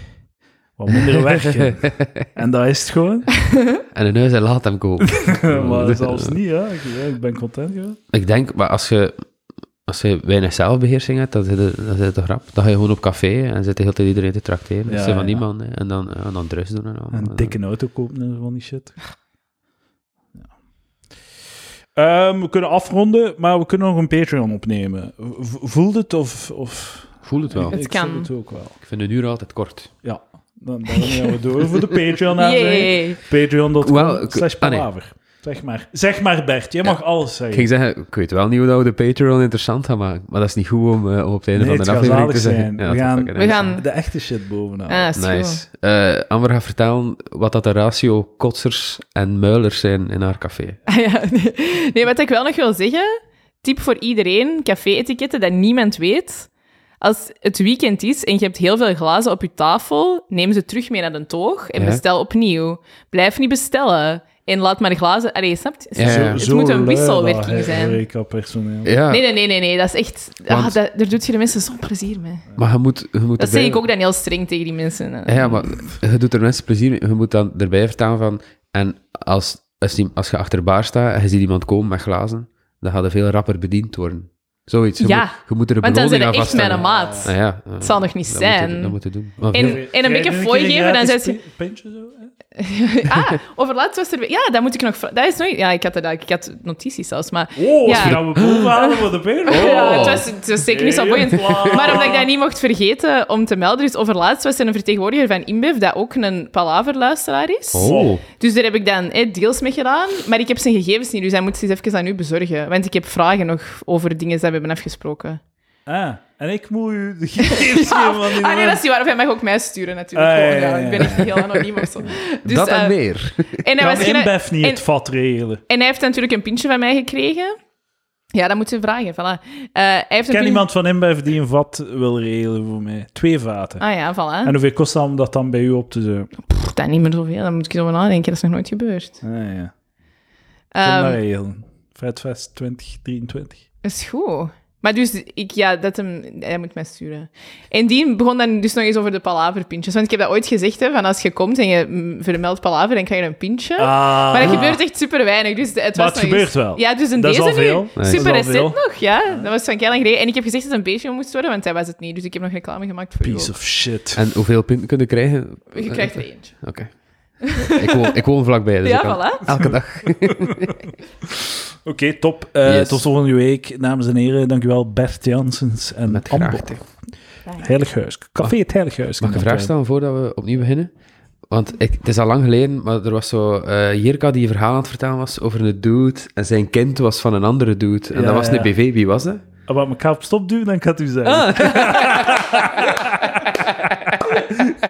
Speaker 1: wat minder werken. En dat is het gewoon.
Speaker 3: En een huis en laat hem kopen.
Speaker 1: Maar zelfs niet, hè. Ik, ja, ik ben content, ja.
Speaker 3: Ik denk, maar als je, als je weinig zelfbeheersing hebt, dan is het, dan is het een grap. Dan ga je gewoon op café en zit de hele tijd iedereen te trakteren. Dat
Speaker 1: Ja,
Speaker 3: zijn van die
Speaker 1: ja.
Speaker 3: man, hè. En dan, ja, dan drugs doen en al.
Speaker 1: Een dikke auto kopen en van die shit. Ja. Ehm, we kunnen afronden, maar we kunnen nog een Patreon opnemen. V- Voelt het of... of...
Speaker 3: Voel het wel.
Speaker 2: Het
Speaker 1: ik
Speaker 2: kan.
Speaker 1: voel het ook wel.
Speaker 3: Ik vind een uur altijd kort.
Speaker 1: Ja, dan, dan gaan we door voor de Patreon. dames en heren.
Speaker 2: Yay.
Speaker 1: Patreon punt com
Speaker 3: Wel, ik-
Speaker 1: slash
Speaker 3: ah, nee.
Speaker 1: palaver. Zeg maar. Zeg maar, Bert. Jij mag alles
Speaker 3: Ik
Speaker 1: zeggen.
Speaker 3: ging zeggen, ik weet wel niet hoe dat we de Patreon interessant gaan maken, maar dat is niet goed om, uh, om op het einde
Speaker 1: Nee,
Speaker 3: van de
Speaker 1: het gaat
Speaker 3: aflevering te
Speaker 1: zalig
Speaker 3: zeggen.
Speaker 1: zijn.
Speaker 3: Ja,
Speaker 1: We
Speaker 3: dat
Speaker 1: gaan-
Speaker 3: fucking
Speaker 2: We
Speaker 3: nice.
Speaker 2: gaan...
Speaker 1: De echte shit bovenaan.
Speaker 2: Ah, is goed.
Speaker 3: Nice. Uh, Amber gaat vertellen wat dat de ratio kotsers en muilers zijn in haar café.
Speaker 2: Ah, ja, nee. nee, wat ik wel nog wil zeggen, tip voor iedereen, café-etiketten dat niemand weet. Als het weekend is en je hebt heel veel glazen op je tafel, neem ze terug mee naar de toog en
Speaker 3: Ja.
Speaker 2: bestel opnieuw. Blijf niet bestellen. En laat maar glazen... Allee, snap je?
Speaker 3: Ja, ja.
Speaker 2: Het moet een wisselwerking zijn.
Speaker 1: Horeca-personeel.
Speaker 3: Ja,
Speaker 2: Nee, nee, nee, nee, nee. Dat is echt...
Speaker 3: Want-
Speaker 2: Ah, dat, daar doet je de mensen zo'n plezier mee.
Speaker 3: maar je moet... Je moet
Speaker 2: Dat
Speaker 3: erbij-
Speaker 2: zeg ik ook dan heel streng tegen die mensen.
Speaker 3: Ja, maar je doet er mensen plezier mee. Je moet dan erbij vertellen van... En als, als, die, als je achter de bar staat en je ziet iemand komen met glazen, dan gaat er veel rapper bediend worden. Zoiets. Je,
Speaker 2: Ja,
Speaker 3: moet, je moet er een
Speaker 2: Want dan
Speaker 3: beloning
Speaker 2: zijn
Speaker 3: aan
Speaker 2: er echt
Speaker 3: vaststellen.
Speaker 2: mijn maat.
Speaker 3: Ah, ja, ja.
Speaker 2: Het zal nog niet
Speaker 3: dat
Speaker 2: zijn.
Speaker 3: Moet je, dat moet je doen. Maar
Speaker 2: En-
Speaker 3: veel-
Speaker 2: en een beetje fooi geven, dan zet je...
Speaker 1: Pintje zo, hè?
Speaker 2: Ah, overlaatst was er... Ja, dat moet ik nog... vra- Dat is nooit... Ja, ik had, dat, ik had notities zelfs, maar...
Speaker 1: Oh,
Speaker 2: Ja.
Speaker 1: gaan we bovenhalen voor de beer? Oh.
Speaker 2: Ja, het was, het was zeker niet zo boeiend. Maar omdat ik dat niet mocht vergeten om te melden, dus overlaatst was er een vertegenwoordiger van InBev, dat ook een palaverluisteraar is.
Speaker 3: Oh.
Speaker 2: Dus daar heb ik dan eh, deals mee gedaan, maar ik heb zijn gegevens niet, dus hij moet ze eens even aan u bezorgen. Want ik heb vragen nog over dingen die we hebben afgesproken.
Speaker 1: Ah, en ik moet u de gegevens geven van die
Speaker 2: Ah nee, dat is
Speaker 1: mensen.
Speaker 2: niet waar. Of hij mag ook mij sturen, natuurlijk.
Speaker 1: Ah, ja,
Speaker 2: Gewoon,
Speaker 1: ja,
Speaker 2: ja,
Speaker 1: ja.
Speaker 2: ik ben echt niet heel anoniem of zo. Dus,
Speaker 3: dat en
Speaker 2: eh,
Speaker 3: meer.
Speaker 2: En hij, was
Speaker 1: Kan
Speaker 2: geen-
Speaker 1: InBev niet
Speaker 2: en-
Speaker 1: het vat regelen?
Speaker 2: en hij heeft natuurlijk een pintje van mij gekregen. Ja, dat moet je vragen. Voilà. Uh, hij heeft
Speaker 1: Ik
Speaker 2: een
Speaker 1: ken
Speaker 2: pin-
Speaker 1: iemand van InBev die een vat wil regelen voor mij. Twee vaten.
Speaker 2: Ah ja, voilà.
Speaker 1: En hoeveel kost dat om dat dan bij u op te zetten?
Speaker 2: Pff, dat niet meer zoveel. Dan moet ik erover nadenken. Dat is nog nooit gebeurd.
Speaker 1: Ah ja.
Speaker 2: Ehm,
Speaker 1: Kom dat regelen. Vetfest twintig drieëntwintig.
Speaker 2: Dat is goed. Maar dus, ik, ja, dat hem, hij moet mij sturen. En die begon dan dus nog eens over de palaverpintjes. Want ik heb dat ooit gezegd, hè, van als je komt en je mm, vermeldt palaver, dan krijg je een pintje.
Speaker 1: Ah.
Speaker 2: Maar dat gebeurt echt super weinig. Dus het
Speaker 1: Maar
Speaker 2: was
Speaker 1: het
Speaker 2: nog
Speaker 1: gebeurt
Speaker 2: eens-
Speaker 1: wel.
Speaker 2: Ja, dus in
Speaker 1: Dat is
Speaker 2: deze
Speaker 1: al veel.
Speaker 2: nu,
Speaker 3: Nee.
Speaker 2: super
Speaker 1: Dat is al
Speaker 2: recent
Speaker 1: veel.
Speaker 2: nog, ja. Dat was van keilang geleden. En ik heb gezegd dat het een beetje moest worden, want hij was het niet. Dus ik heb nog reclame gemaakt voor
Speaker 1: Piece
Speaker 2: u.
Speaker 1: of shit.
Speaker 3: En hoeveel punten kun je krijgen?
Speaker 2: Je krijgt er eentje.
Speaker 3: Oké. ik, woon, ik woon vlakbij, dus
Speaker 2: Ja,
Speaker 3: ik kan
Speaker 2: voilà.
Speaker 3: elke dag.
Speaker 1: Oké, top. Eh,
Speaker 3: Yes.
Speaker 1: Tot volgende week, dames en heren. Dankjewel Bert Janssens en
Speaker 3: Met
Speaker 1: Amber.
Speaker 3: graagte.
Speaker 1: Heilig Huis. Café Het Heilig Huis.
Speaker 3: Mag ik een vraag stellen voordat we opnieuw beginnen? Want ik, het is al lang geleden, maar er was zo... eh Jirka die een verhaal aan het vertellen was over een dude en zijn kind was van een andere dude. En
Speaker 1: Ja,
Speaker 3: dat was
Speaker 1: ja.
Speaker 3: een B V. Wie was dat?
Speaker 1: Maar ik ga op stop duwen, dan kan het u zeggen.
Speaker 2: Ah.